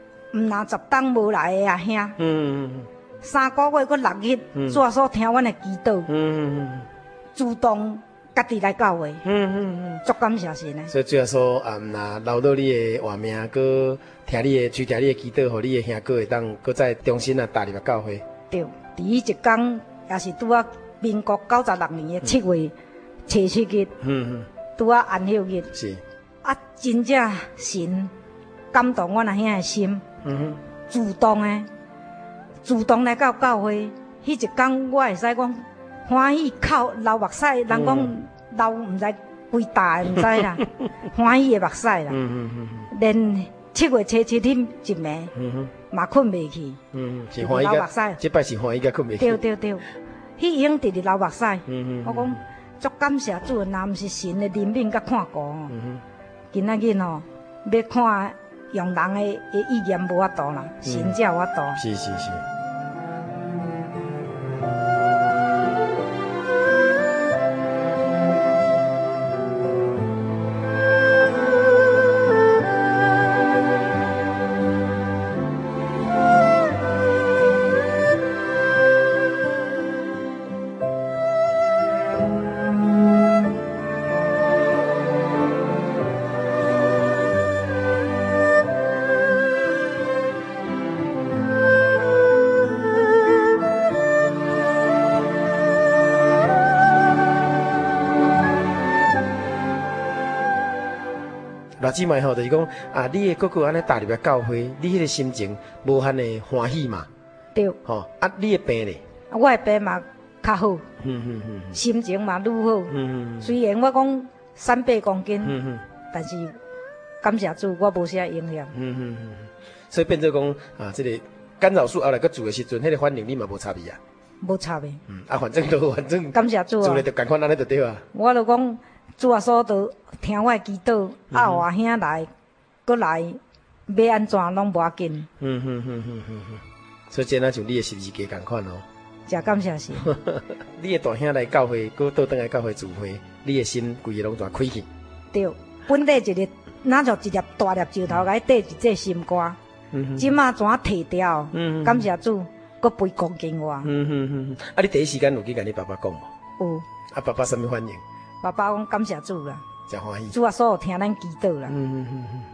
50档无来的阿兄，3个月搁6日，主所听阮的祈祷，主动家己来教会，足感谢神的。所以主要说若留到你的活命，搁听你的，听你的祈祷，互你的兄哥会当搁再重新踏入教会。对，第一天也是拄啊民国96年的7月初7日，拄啊安息日。是啊，真正神。感动阮阿兄的心，主动来到教会。迄一天，我会使讲欢喜哭流目屎，人讲流毋知几大毋知啦，欢喜的目屎啦。连7月初7日一暝嘛困袂去，是欢喜流目屎。这摆是欢喜甲困袂去。对对对，迄影直直流目屎。我讲足感谢主，若毋是神的怜悯甲看顾，今仔日吼要看。用人的意见无法度啦，神才有法度。是是是。姊妹吼，就是讲啊，你的哥哥安尼踏入来教会，你迄个心情无限的欢喜嘛？对。吼啊，你的病咧？我的病嘛较好，心情嘛愈好。虽然我讲300公斤，但是感谢主，我无啥影响。所以变做讲啊，这个干扰素后来搁做的时阵，迄个反应你嘛无差别啊？无差别。啊，反正感谢主啊，做咧就共款安尼就对啊。我就讲。主啊，所都听我的祈祷，啊，有阿兄来，搁来，要安怎拢无要紧。所以这那像你的十字架共款哦。真感谢神。你的大兄来教会，搁倒转来教会聚会，你的心规个拢全开去。对，本地一日，哪像一粒大粒石头，甲伊缀伫这心肝，即马怎摕掉？感谢主，搁肥公斤我。啊，你第一时间有去甲你爸爸讲无？有。啊，爸爸什么反应？爸爸讲感谢主啦，真欢喜。主啊，所有听咱祈祷啦。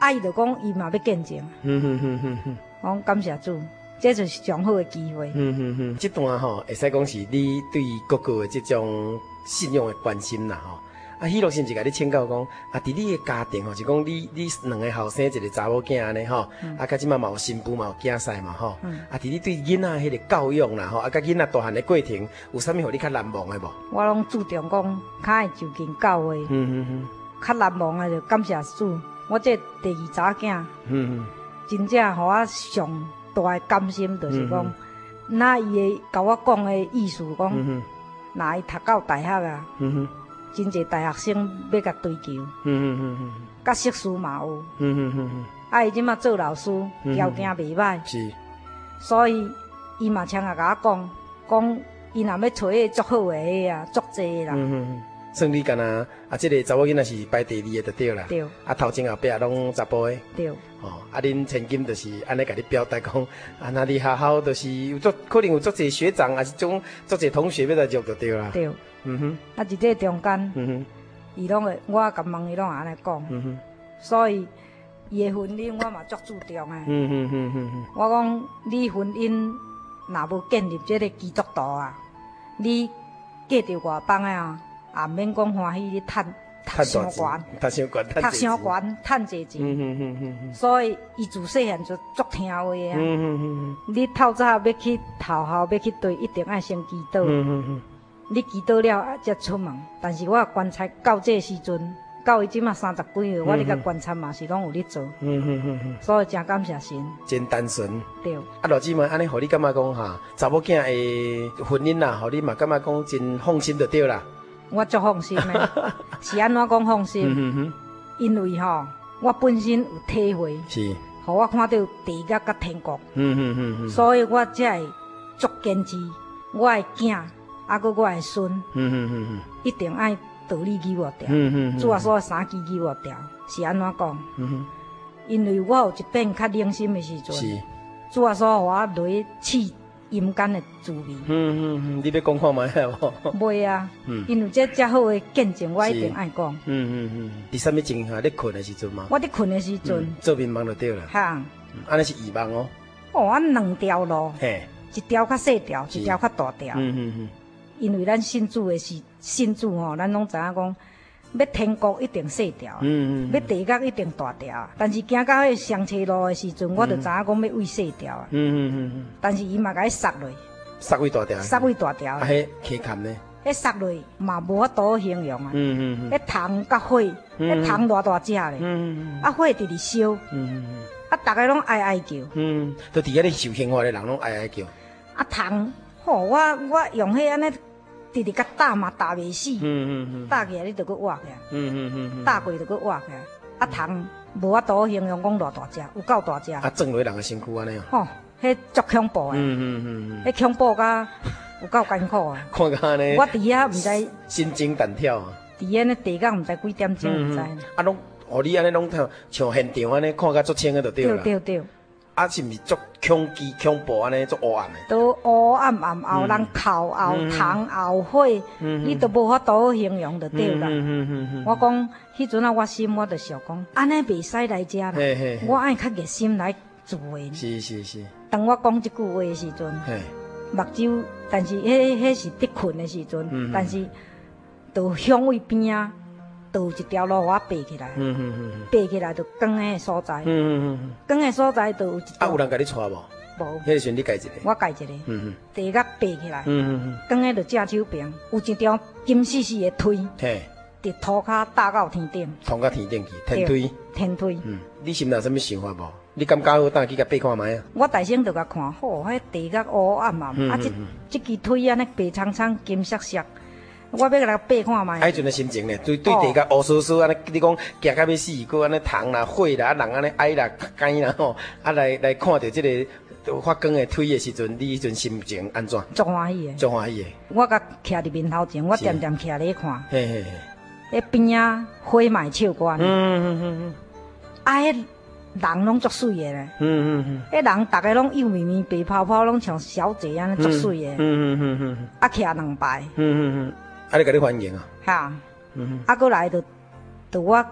伊就讲伊嘛要见证。我讲感谢主，这就是上好的机会。 这段吼，会使讲是你对哥哥的这种信仰的关心啦吼。啊，迄落是毋是甲你请教讲，啊，伫你的家庭吼，是讲你两个后生一个查某囝安尼吼，啊，甲即嘛有新妇嘛有囝婿嘛吼，啊，伫你对囡仔迄个教育啦吼，啊，甲囡仔大汉的过程，有啥物互你较难忘的无？ 我拢注重讲，较爱就近教会。较难忘的就感谢主，我这第二查囝，真正互我上大的甘心，就是讲，那伊会甲我讲的意思讲，那伊读到大学啊。真侪大学生要甲追求，甲硕士嘛有，啊伊即马做老师，条件袂歹， 是， 所以伊嘛常啊甲我讲伊若要找迄足好诶啊，足济啦。 算你干那啊，这个查某囡仔是排第2个就对啦。 对。 啊，头前后壁拢查甫诶。 对。 哦，啊，恁千金就是安尼甲你表达讲，啊，那你学校就是有可能有足济学长，还是种足济同学要来入就对啦。 对。啊，伫这中间，伊拢会，我甲问伊拢安尼讲。所以伊诶婚姻我嘛足注重诶。我讲你婚姻若无建立这个基督徒啊，你嫁着外邦诶啊。也免讲欢喜你读伤悬， 读伤悬， 趁济钱。所以伊自细汉就足听话啊。你透早要去头校，要去对，一定爱先祈祷。你祈祷了才出门。但是我观察到这时阵，到伊即马30几岁，我咧甲观察嘛是拢有咧做。所以真感谢神。 真单纯。 对。 啊，老姊妹，安尼互你感觉讲哈，查某囝的婚姻啦，互你嘛感觉讲真放心就对啦。 我足放心的，是安怎讲放心？因为吼，我本身有体会， 是， 互我看到地狱甲天国，所以我才会足坚持，我的囝，啊，搁我的孙，一定爱道理举我条，主啊所3支举我条，是安怎讲？因为我有一遍较冷心的时阵，主啊所互我落去阴间的滋味。 你要讲看卖无？ 袂啊，因为这好的见证，我一定爱讲。 伫啥物情形？咧困的时阵吗？ 我伫困的时阵， 做眠梦就对了。 哈， 安尼是异梦哦。 哦，啊2条路，一条较细条，一条较大条。因为咱信主的是信主吼，咱拢知影讲，要天国一定细条，要地狱一定大条。但是行到迄上车路的时阵，我就知影讲要位细条啊。但是伊嘛甲伊杀落， 杀位大条， 杀位大条。 啊，迄溪坎呢？ 迄杀落嘛无法度形容啊。迄虫甲火，迄虫偌大只咧，啊火直直烧，啊大家拢哀哀叫。 都伫遐咧受刑罚的人拢哀哀叫。 啊虫，吼我用迄安尼。直直甲打嘛打袂死，打起来你就搁活起来，打过就搁活起来。啊虫无法度形容讲偌大只，有够大只。 啊撞落人的身躯安尼啊？ 吼，迄足恐怖诶！迄恐怖甲有够艰苦啊！ 看甲安尼， 我伫遐毋知心惊胆跳啊！ 伫遐呢地甲毋知几点钟毋知。 啊拢，互你安尼拢像现场安尼看甲足清诶就对啦。对。啊，是毋是足恐怖安尼足黑暗诶？都黑暗暗，后人哭后虫后火，你都无法度形容就对啦。我讲迄阵啊，我心我就想讲，安尼袂使来遮啦。我爱较热心来做诶。是。当我讲即句话诶时阵，目睭，但是迄是伫困诶时阵，但是就向位边啊。就有一条路我爬起来，爬起来就光的所在，光的所在就有一条。 啊，有人甲你带无？无。迄个时阵你家一个？ 我家一个。地甲爬起来，光的就正手边，有一条金丝丝的腿，伫涂骹搭到天顶。 冲到天顶去，天推。 天推。 你心内有啥物想法无？你敢搞好当去甲爬看卖啊？ 我大声就甲看，吼，迄地甲黑暗暗，啊，即支腿安尼白苍苍、金色色。我要甲爬看卖。 迄阵的心情呢？对地甲乌湿湿安尼，你讲行到要死，佮安尼虫啦、火啦、人安尼哀啦、干啦吼，啊来看到即个发光的腿的时阵，你迄阵心情安怎？ 足欢喜的。足欢喜的。我甲徛伫面头前，我点点徛咧看。迄边仔火嘛唱歌。啊，迄人拢足水的咧。迄人逐个拢幼绵绵、白泡泡，拢像小姐安尼足水的。啊，徛2排。 啊，你甲你欢迎啊？ 哈，啊，过来就我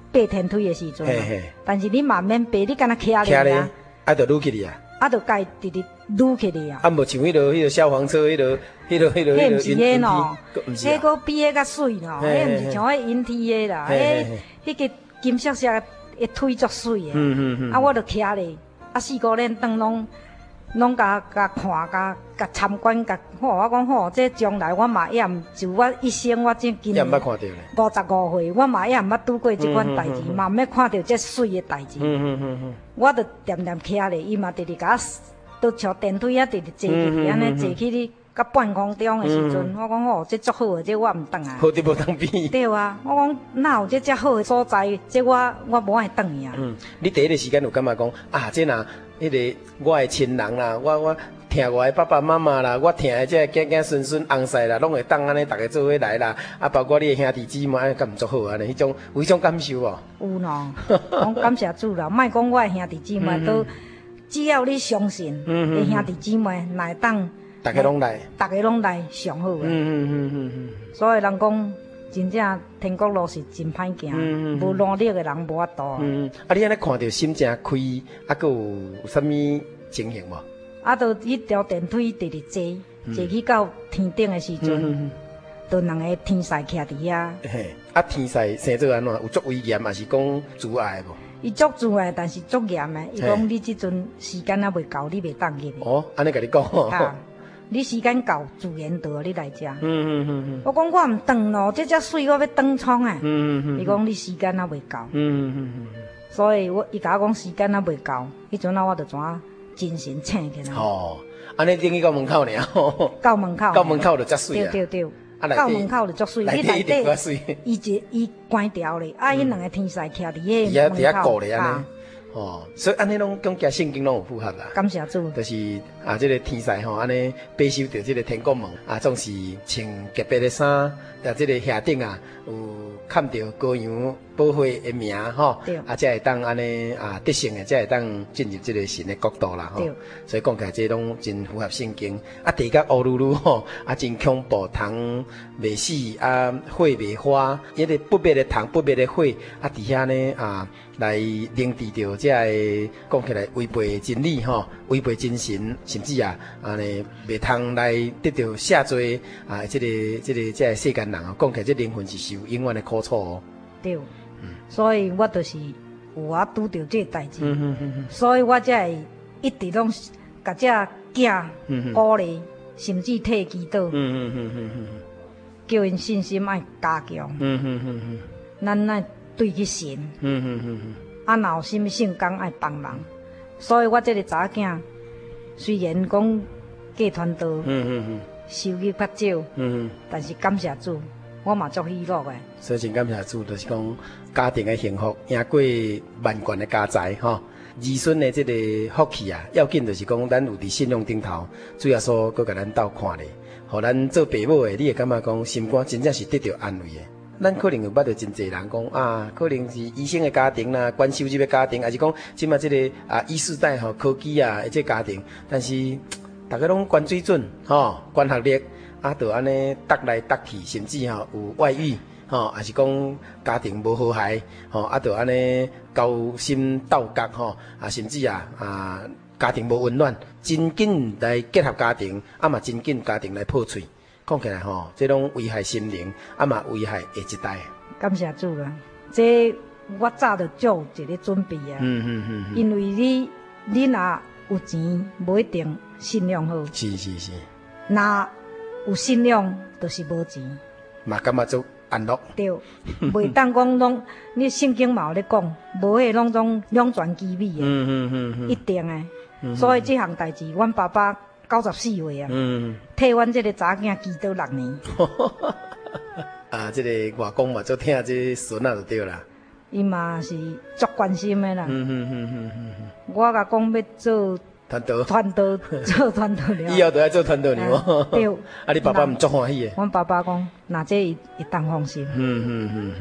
爬天梯的时阵，但是你慢慢爬，你敢若徛咧啊， 啊，就愈起哩啊， 啊，就该直直愈起哩啊。 啊，无像迄个消防车，迄个迄毋是迄喏， 毋是迄个比迄较水喏，迄毋是像迄引梯的啦，迄个金色色的腿足水的，啊，我就徛咧，啊，4、5年当拢甲看，甲参观，甲我讲吼，这将来我嘛也毋就我一生我这今年也毋捌看到咧 55岁，我嘛也毋捌拄过即款代志，嘛毋捌看到这水的代志。我就掂徛咧，伊嘛直直甲我都像电梯啊，直直坐去，安尼坐去哩，到半空中的时阵，我讲吼，这足好的，这我毋转啊。 好伫无当比。 对啊，我讲哪有这遮好的所在，这我无爱转去啊。 你第一个时间有感觉讲啊，这若迄个我的亲人啦，我听我的爸爸妈妈啦，我听的这囝囝孙孙翁婿啦，拢会当安尼大家做伙来啦，啊，包括你的兄弟姊妹，安尼敢毋足好安尼？有迄种感受无？ 有喏，讲感谢主啦，莫讲我的兄弟姊妹都，只要你相信，的兄弟姊妹来当， 大家拢来， 上好啊。所以人讲，真正天国路是真歹行，无努力的人无法度。啊， 你安尼看到心正开，啊，佫有啥物情形无？ 啊，就迄条电梯直直坐去到天顶的时阵，就两个天使徛伫遐。 啊，天使生做安怎？有足威严，还是讲自爱无？ 伊足自爱，但是足严的。伊讲你即阵时间还未到，你袂当入去。 哦，安尼甲你讲。 啊，你时间到，自然到你来遮。我讲我毋转咯，这遮水我要转创啊。伊讲你时间还未到。所以伊甲我讲时间还未到，迄阵啊我就怎精神醒起来。 哦，安尼等于到门口尔。 到门口就遮水啊。 对。到门口就足水，你内底伊关掉咧，啊，伊两个天使徛伫迄门口啊。 哦，所以安尼拢讲加圣经拢有符合啦。 感谢主。 就是啊，这个天使吼，安尼爬修到这个天国门啊，总是穿特别的衫，啊，这个下顶啊有看到羔羊宝血的名吼，啊，才会当安尼啊得胜的，才会当进入这个神的国度啦吼。所以讲起来，这拢真符合圣经。啊，地甲乌噜噜吼，啊，真恐怖，虫袂死，啊，火袂花，迄个不灭的虫，不灭的火，啊，伫遐呢啊。来凝治着这个讲起来违背真理吼，违背真神，甚至啊，安尼袂通来得到下罪啊！这个世间人哦，讲起来这灵魂是受永远的苦楚哦。 对，所以我就是有拄到这代志，所以我才会一直拢甲这囝鼓励，甚至替祈祷，叫因信心爱加强，咱爱对去神，啊，若有啥物圣工爱帮忙，所以我这个查囝虽然讲过传道，收入较少，但是感谢主，我嘛足喜乐的。 所以真感谢主，就是讲家庭的幸福赢过万贯的家财吼。儿孙的这个福气啊，要紧就是讲咱有伫信仰顶头，主要说搁甲咱斗看咧，互咱做爸母的，你会感觉讲心肝真正是得到安慰的。咱可能有捌到真侪人讲啊，可能是医生的家庭啦，管收入的家庭，还是讲即马这个啊E世代吼科技啊这家庭，但是大家拢关水准吼，关学历啊，就安尼搭来搭去，甚至吼有外遇吼，还是讲家庭无和谐吼，啊，就安尼勾心斗角吼，啊，甚至啊家庭无温暖，真紧来结合家庭，啊嘛真紧家庭来破碎。讲起来吼，这种危害心灵，啊嘛危害下一代。 感谢主啦，这我早就做一个准备啊。因为你若有钱，无一定信仰好。 是。 若有信仰，就是无钱。 嘛，感觉做安乐。 对，袂当讲拢，你圣经嘛有咧讲，无迄拢种两全其美的。一定的。所以这项代志，阮爸爸。94岁啊，替阮这个查囝祈祷6年。 啊，这个外公嘛，做听这孙啊就对啦。 伊嘛是足关心的啦。我甲讲要做传道做传道了。 以后就要做传道了。 对。 啊，你爸爸唔足欢喜的。 阮爸爸讲，那这伊当放心。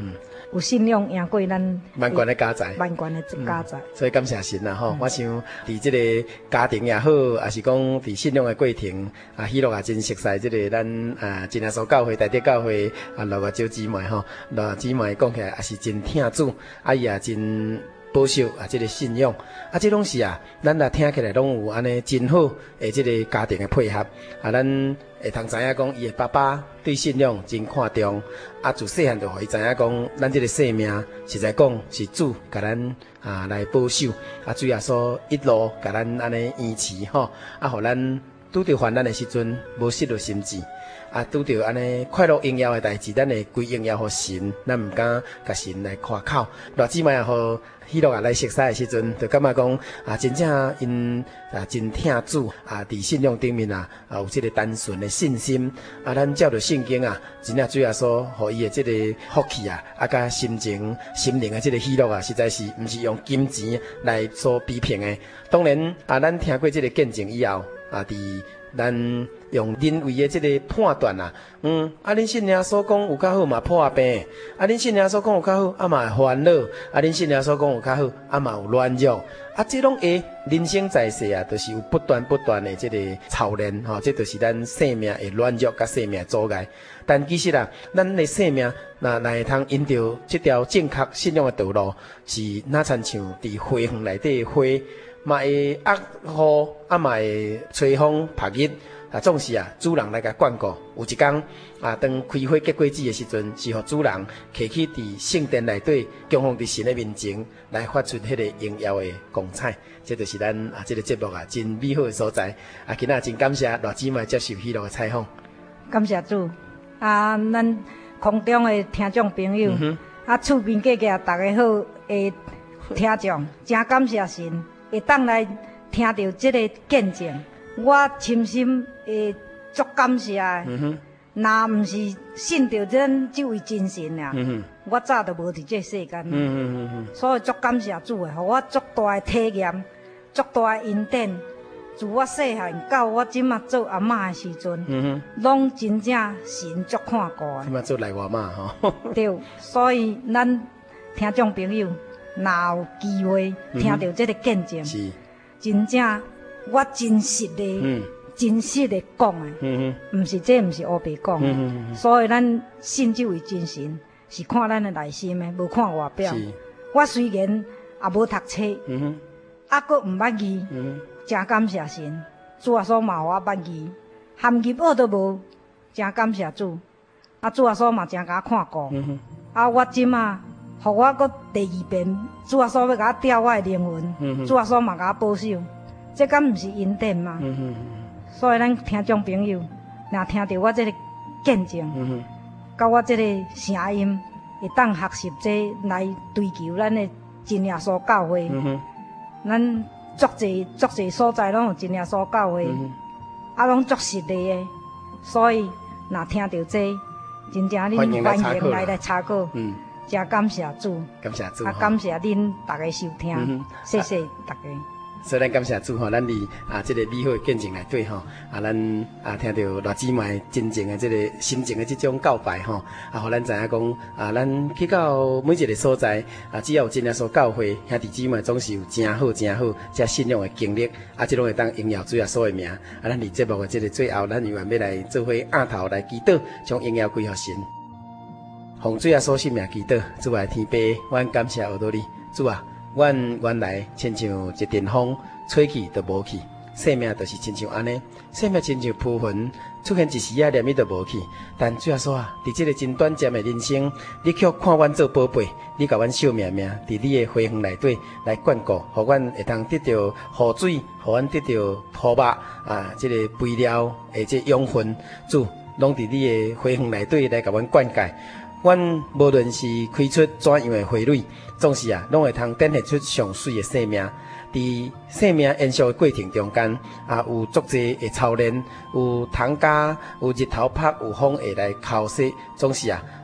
有信仰赢过咱万贯的家财， 万贯的家财。 所以感谢神啦吼！我想伫这个家庭也好，也是讲伫信仰的过程啊，喜乐也真熟悉这个咱真耶稣教会、台北教会罗月招姊妹吼，罗姊妹讲起来也是真听主，伊也真保守这个信仰这拢是咱也听起来拢有安尼真好诶，这个家庭的配合咱会通知影讲伊的爸爸对信仰真看重自细汉就互伊知影讲，咱这个生命实在讲是主甲咱来保守主耶稣一路甲咱安尼延持吼互咱拄着患难的时阵无失落心志拄着安尼快乐荣耀的代志，咱会归荣耀互神，咱毋敢甲神来夸口。偌姊妹互喜乐来熟悉的时阵，就感觉讲真正因真听主伫信仰顶面有这个单纯的信心咱照着圣经真正主要说互伊的这个福气甲心情心灵的这个喜乐实在是毋是用金钱来所比拼的。当然咱听过这个见证以后伫咱用人为的这个判断恁信耶稣讲有较好嘛破病，恁信耶稣讲有较好嘛会烦恼，恁信耶稣讲有较好嘛有软弱这拢会人生在世就是有不断的这个操练这就是咱生命的软弱甲生命的阻碍。但其实咱的生命若会通因着这条正确信仰的道路，是哪亲像伫花园内底的花。嘛会压雨嘛会吹风晒日总是主人来甲管顾。有一天当开花结果子的时阵，是互主人摕去伫圣殿内底供奉伫神的面前，来发出迄个荣耀的光彩。这就是咱这个节目真美好的所在今仔真感谢罗姊妹接受喜乐的采访。 感谢主咱空中的听众朋友厝边隔壁大家好的听众，真感谢神会当来听到这个见证，我深深会足感谢的。若毋是信着咱这位真神我早就无伫这世间所以足感谢主的，互我足大的体验，足大的恩典。自我细汉到我即马做阿嬷的时阵拢真正神足看顾的。 即马做内外妈对，所以咱听众朋友若有机会听到这个见证，真正我真实的、真实的讲的，毋是乌白讲。所以咱信这位真神是看咱的内心的，无看外表。我虽然也无读册，阁毋捌字，真感谢神。主耶稣嘛，互我捌字，含义学都无，真感谢主。主耶稣嘛，真甲我看顾。我即马。互我搁第二遍，主耶稣要甲我调我的灵魂，主耶稣嘛甲我保守，这敢毋是恩典吗？所以咱听众朋友，若听到我这个见证，甲我这个声音，会当学习这来追求咱的真耶稣教会。咱足侪所在拢有真耶稣教会，拢足实力的，所以若听到这，真正恁欢迎来查考。真感谢主， 感谢主， 感谢恁大家收听，谢谢大家。 所以咱感谢主咱伫这个美好的见证内底咱听到罗姊妹真正的这个心情的这种告白互咱知影讲咱去到每一个所在只要有真耶稣教会，兄弟姊妹总是有真好这信仰的经历这拢会当荣耀主耶稣的名咱伫节目的这个最后，咱永远要来做伙仰头来祈祷，将荣耀归予神。奉主耶稣圣名祈祷，主啊天父，阮感谢学到你，主啊，阮原来亲像一阵风，吹去就无去，生命就是亲像安尼，生命亲像浮云，出现一时念伊就无去。但主耶稣伫这个真短暂的人生，你却看阮做宝贝，你甲阮惜命命，伫你的花园内底来眷顾，互阮会通得到雨水，互阮得到土肉这个肥料的这养分，主拢伫你的花园内底来甲阮灌溉。阮无论是开出怎样的花蕊，总是拢会通展现出上水的生命。伫生命延续的过程中间有足侪的操练，有糖加，有日头晒，有风下来敲洗，总是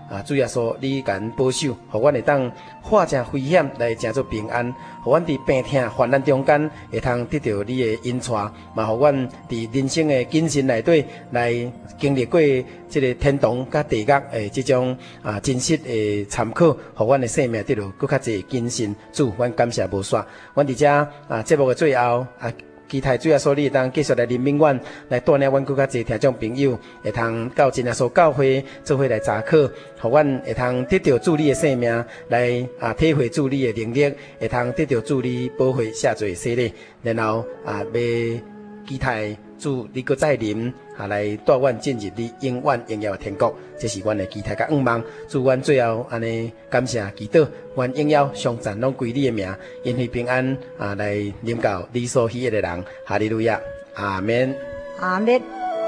主耶稣你甲阮保守，互阮会当化正危险来成做平安，互阮伫病痛患难中间会通得到你的恩赐，嘛互阮伫人生的谨慎内底来经历过这个天堂甲地狱的这种真实的参考，互阮的生命得到更较侪谨慎。主，阮感谢无煞，阮伫遮节目的最后期待主耶稣你会当继续来临命阮，来带领阮更加侪听众朋友，会通到真耶稣教会做伙来查考，互阮会通得到主你的生命，来体会主你的能力，会通得到主你保护赦罪洗礼，然后要期待主你搁再临，来带阮进入你永远荣耀的天国，这是阮的期待甲愿望。祝阮最后安尼感谢祈祷，阮荣耀颂赞拢归你的名，因为平安来临到你所喜悦的人。哈利路亚，阿门， 阿门。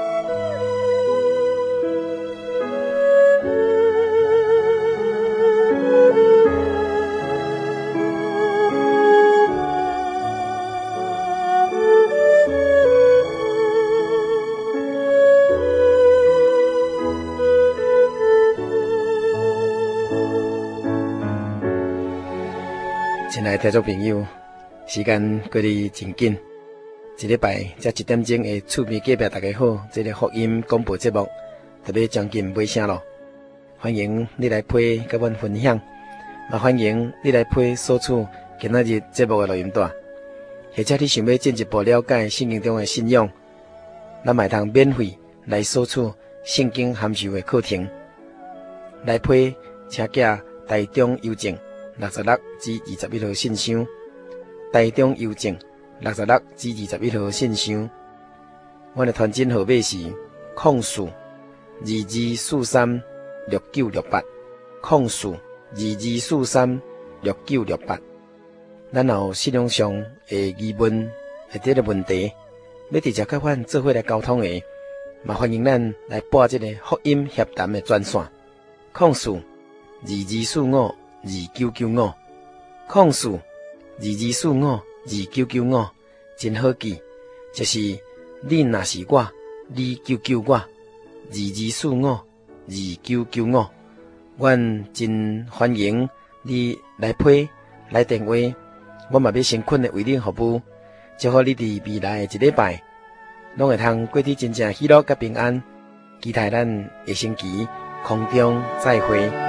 亲爱的听众朋友，时间过得真紧，一礼拜才1点钟的厝边隔壁大家好，这个福音广播节目特别将近尾声咯。欢迎你来陪甲阮分享，也欢迎你来陪索取今仔日节目的录音带，或者你想要进一步了解圣经中的信仰，咱嘛会通免费来索取圣经函授的课程，来陪请寄台中邮政66至21号信箱，台中邮政66至21号信箱。阮的传真号码是0422436968，0422436968。咱有信仰上的疑问或者个问题，要直接甲阮做伙来沟通的，嘛欢迎咱来拨这个福音协谈的专线，0422452995，0422452995，真好记，就是你若是我，你救救我，22452995，阮真欢迎你来批来电话，我嘛要诚恳的为你服务，祝福你伫未来的一礼拜，拢会通过得真正喜乐甲平安，期待咱下星期空中再会。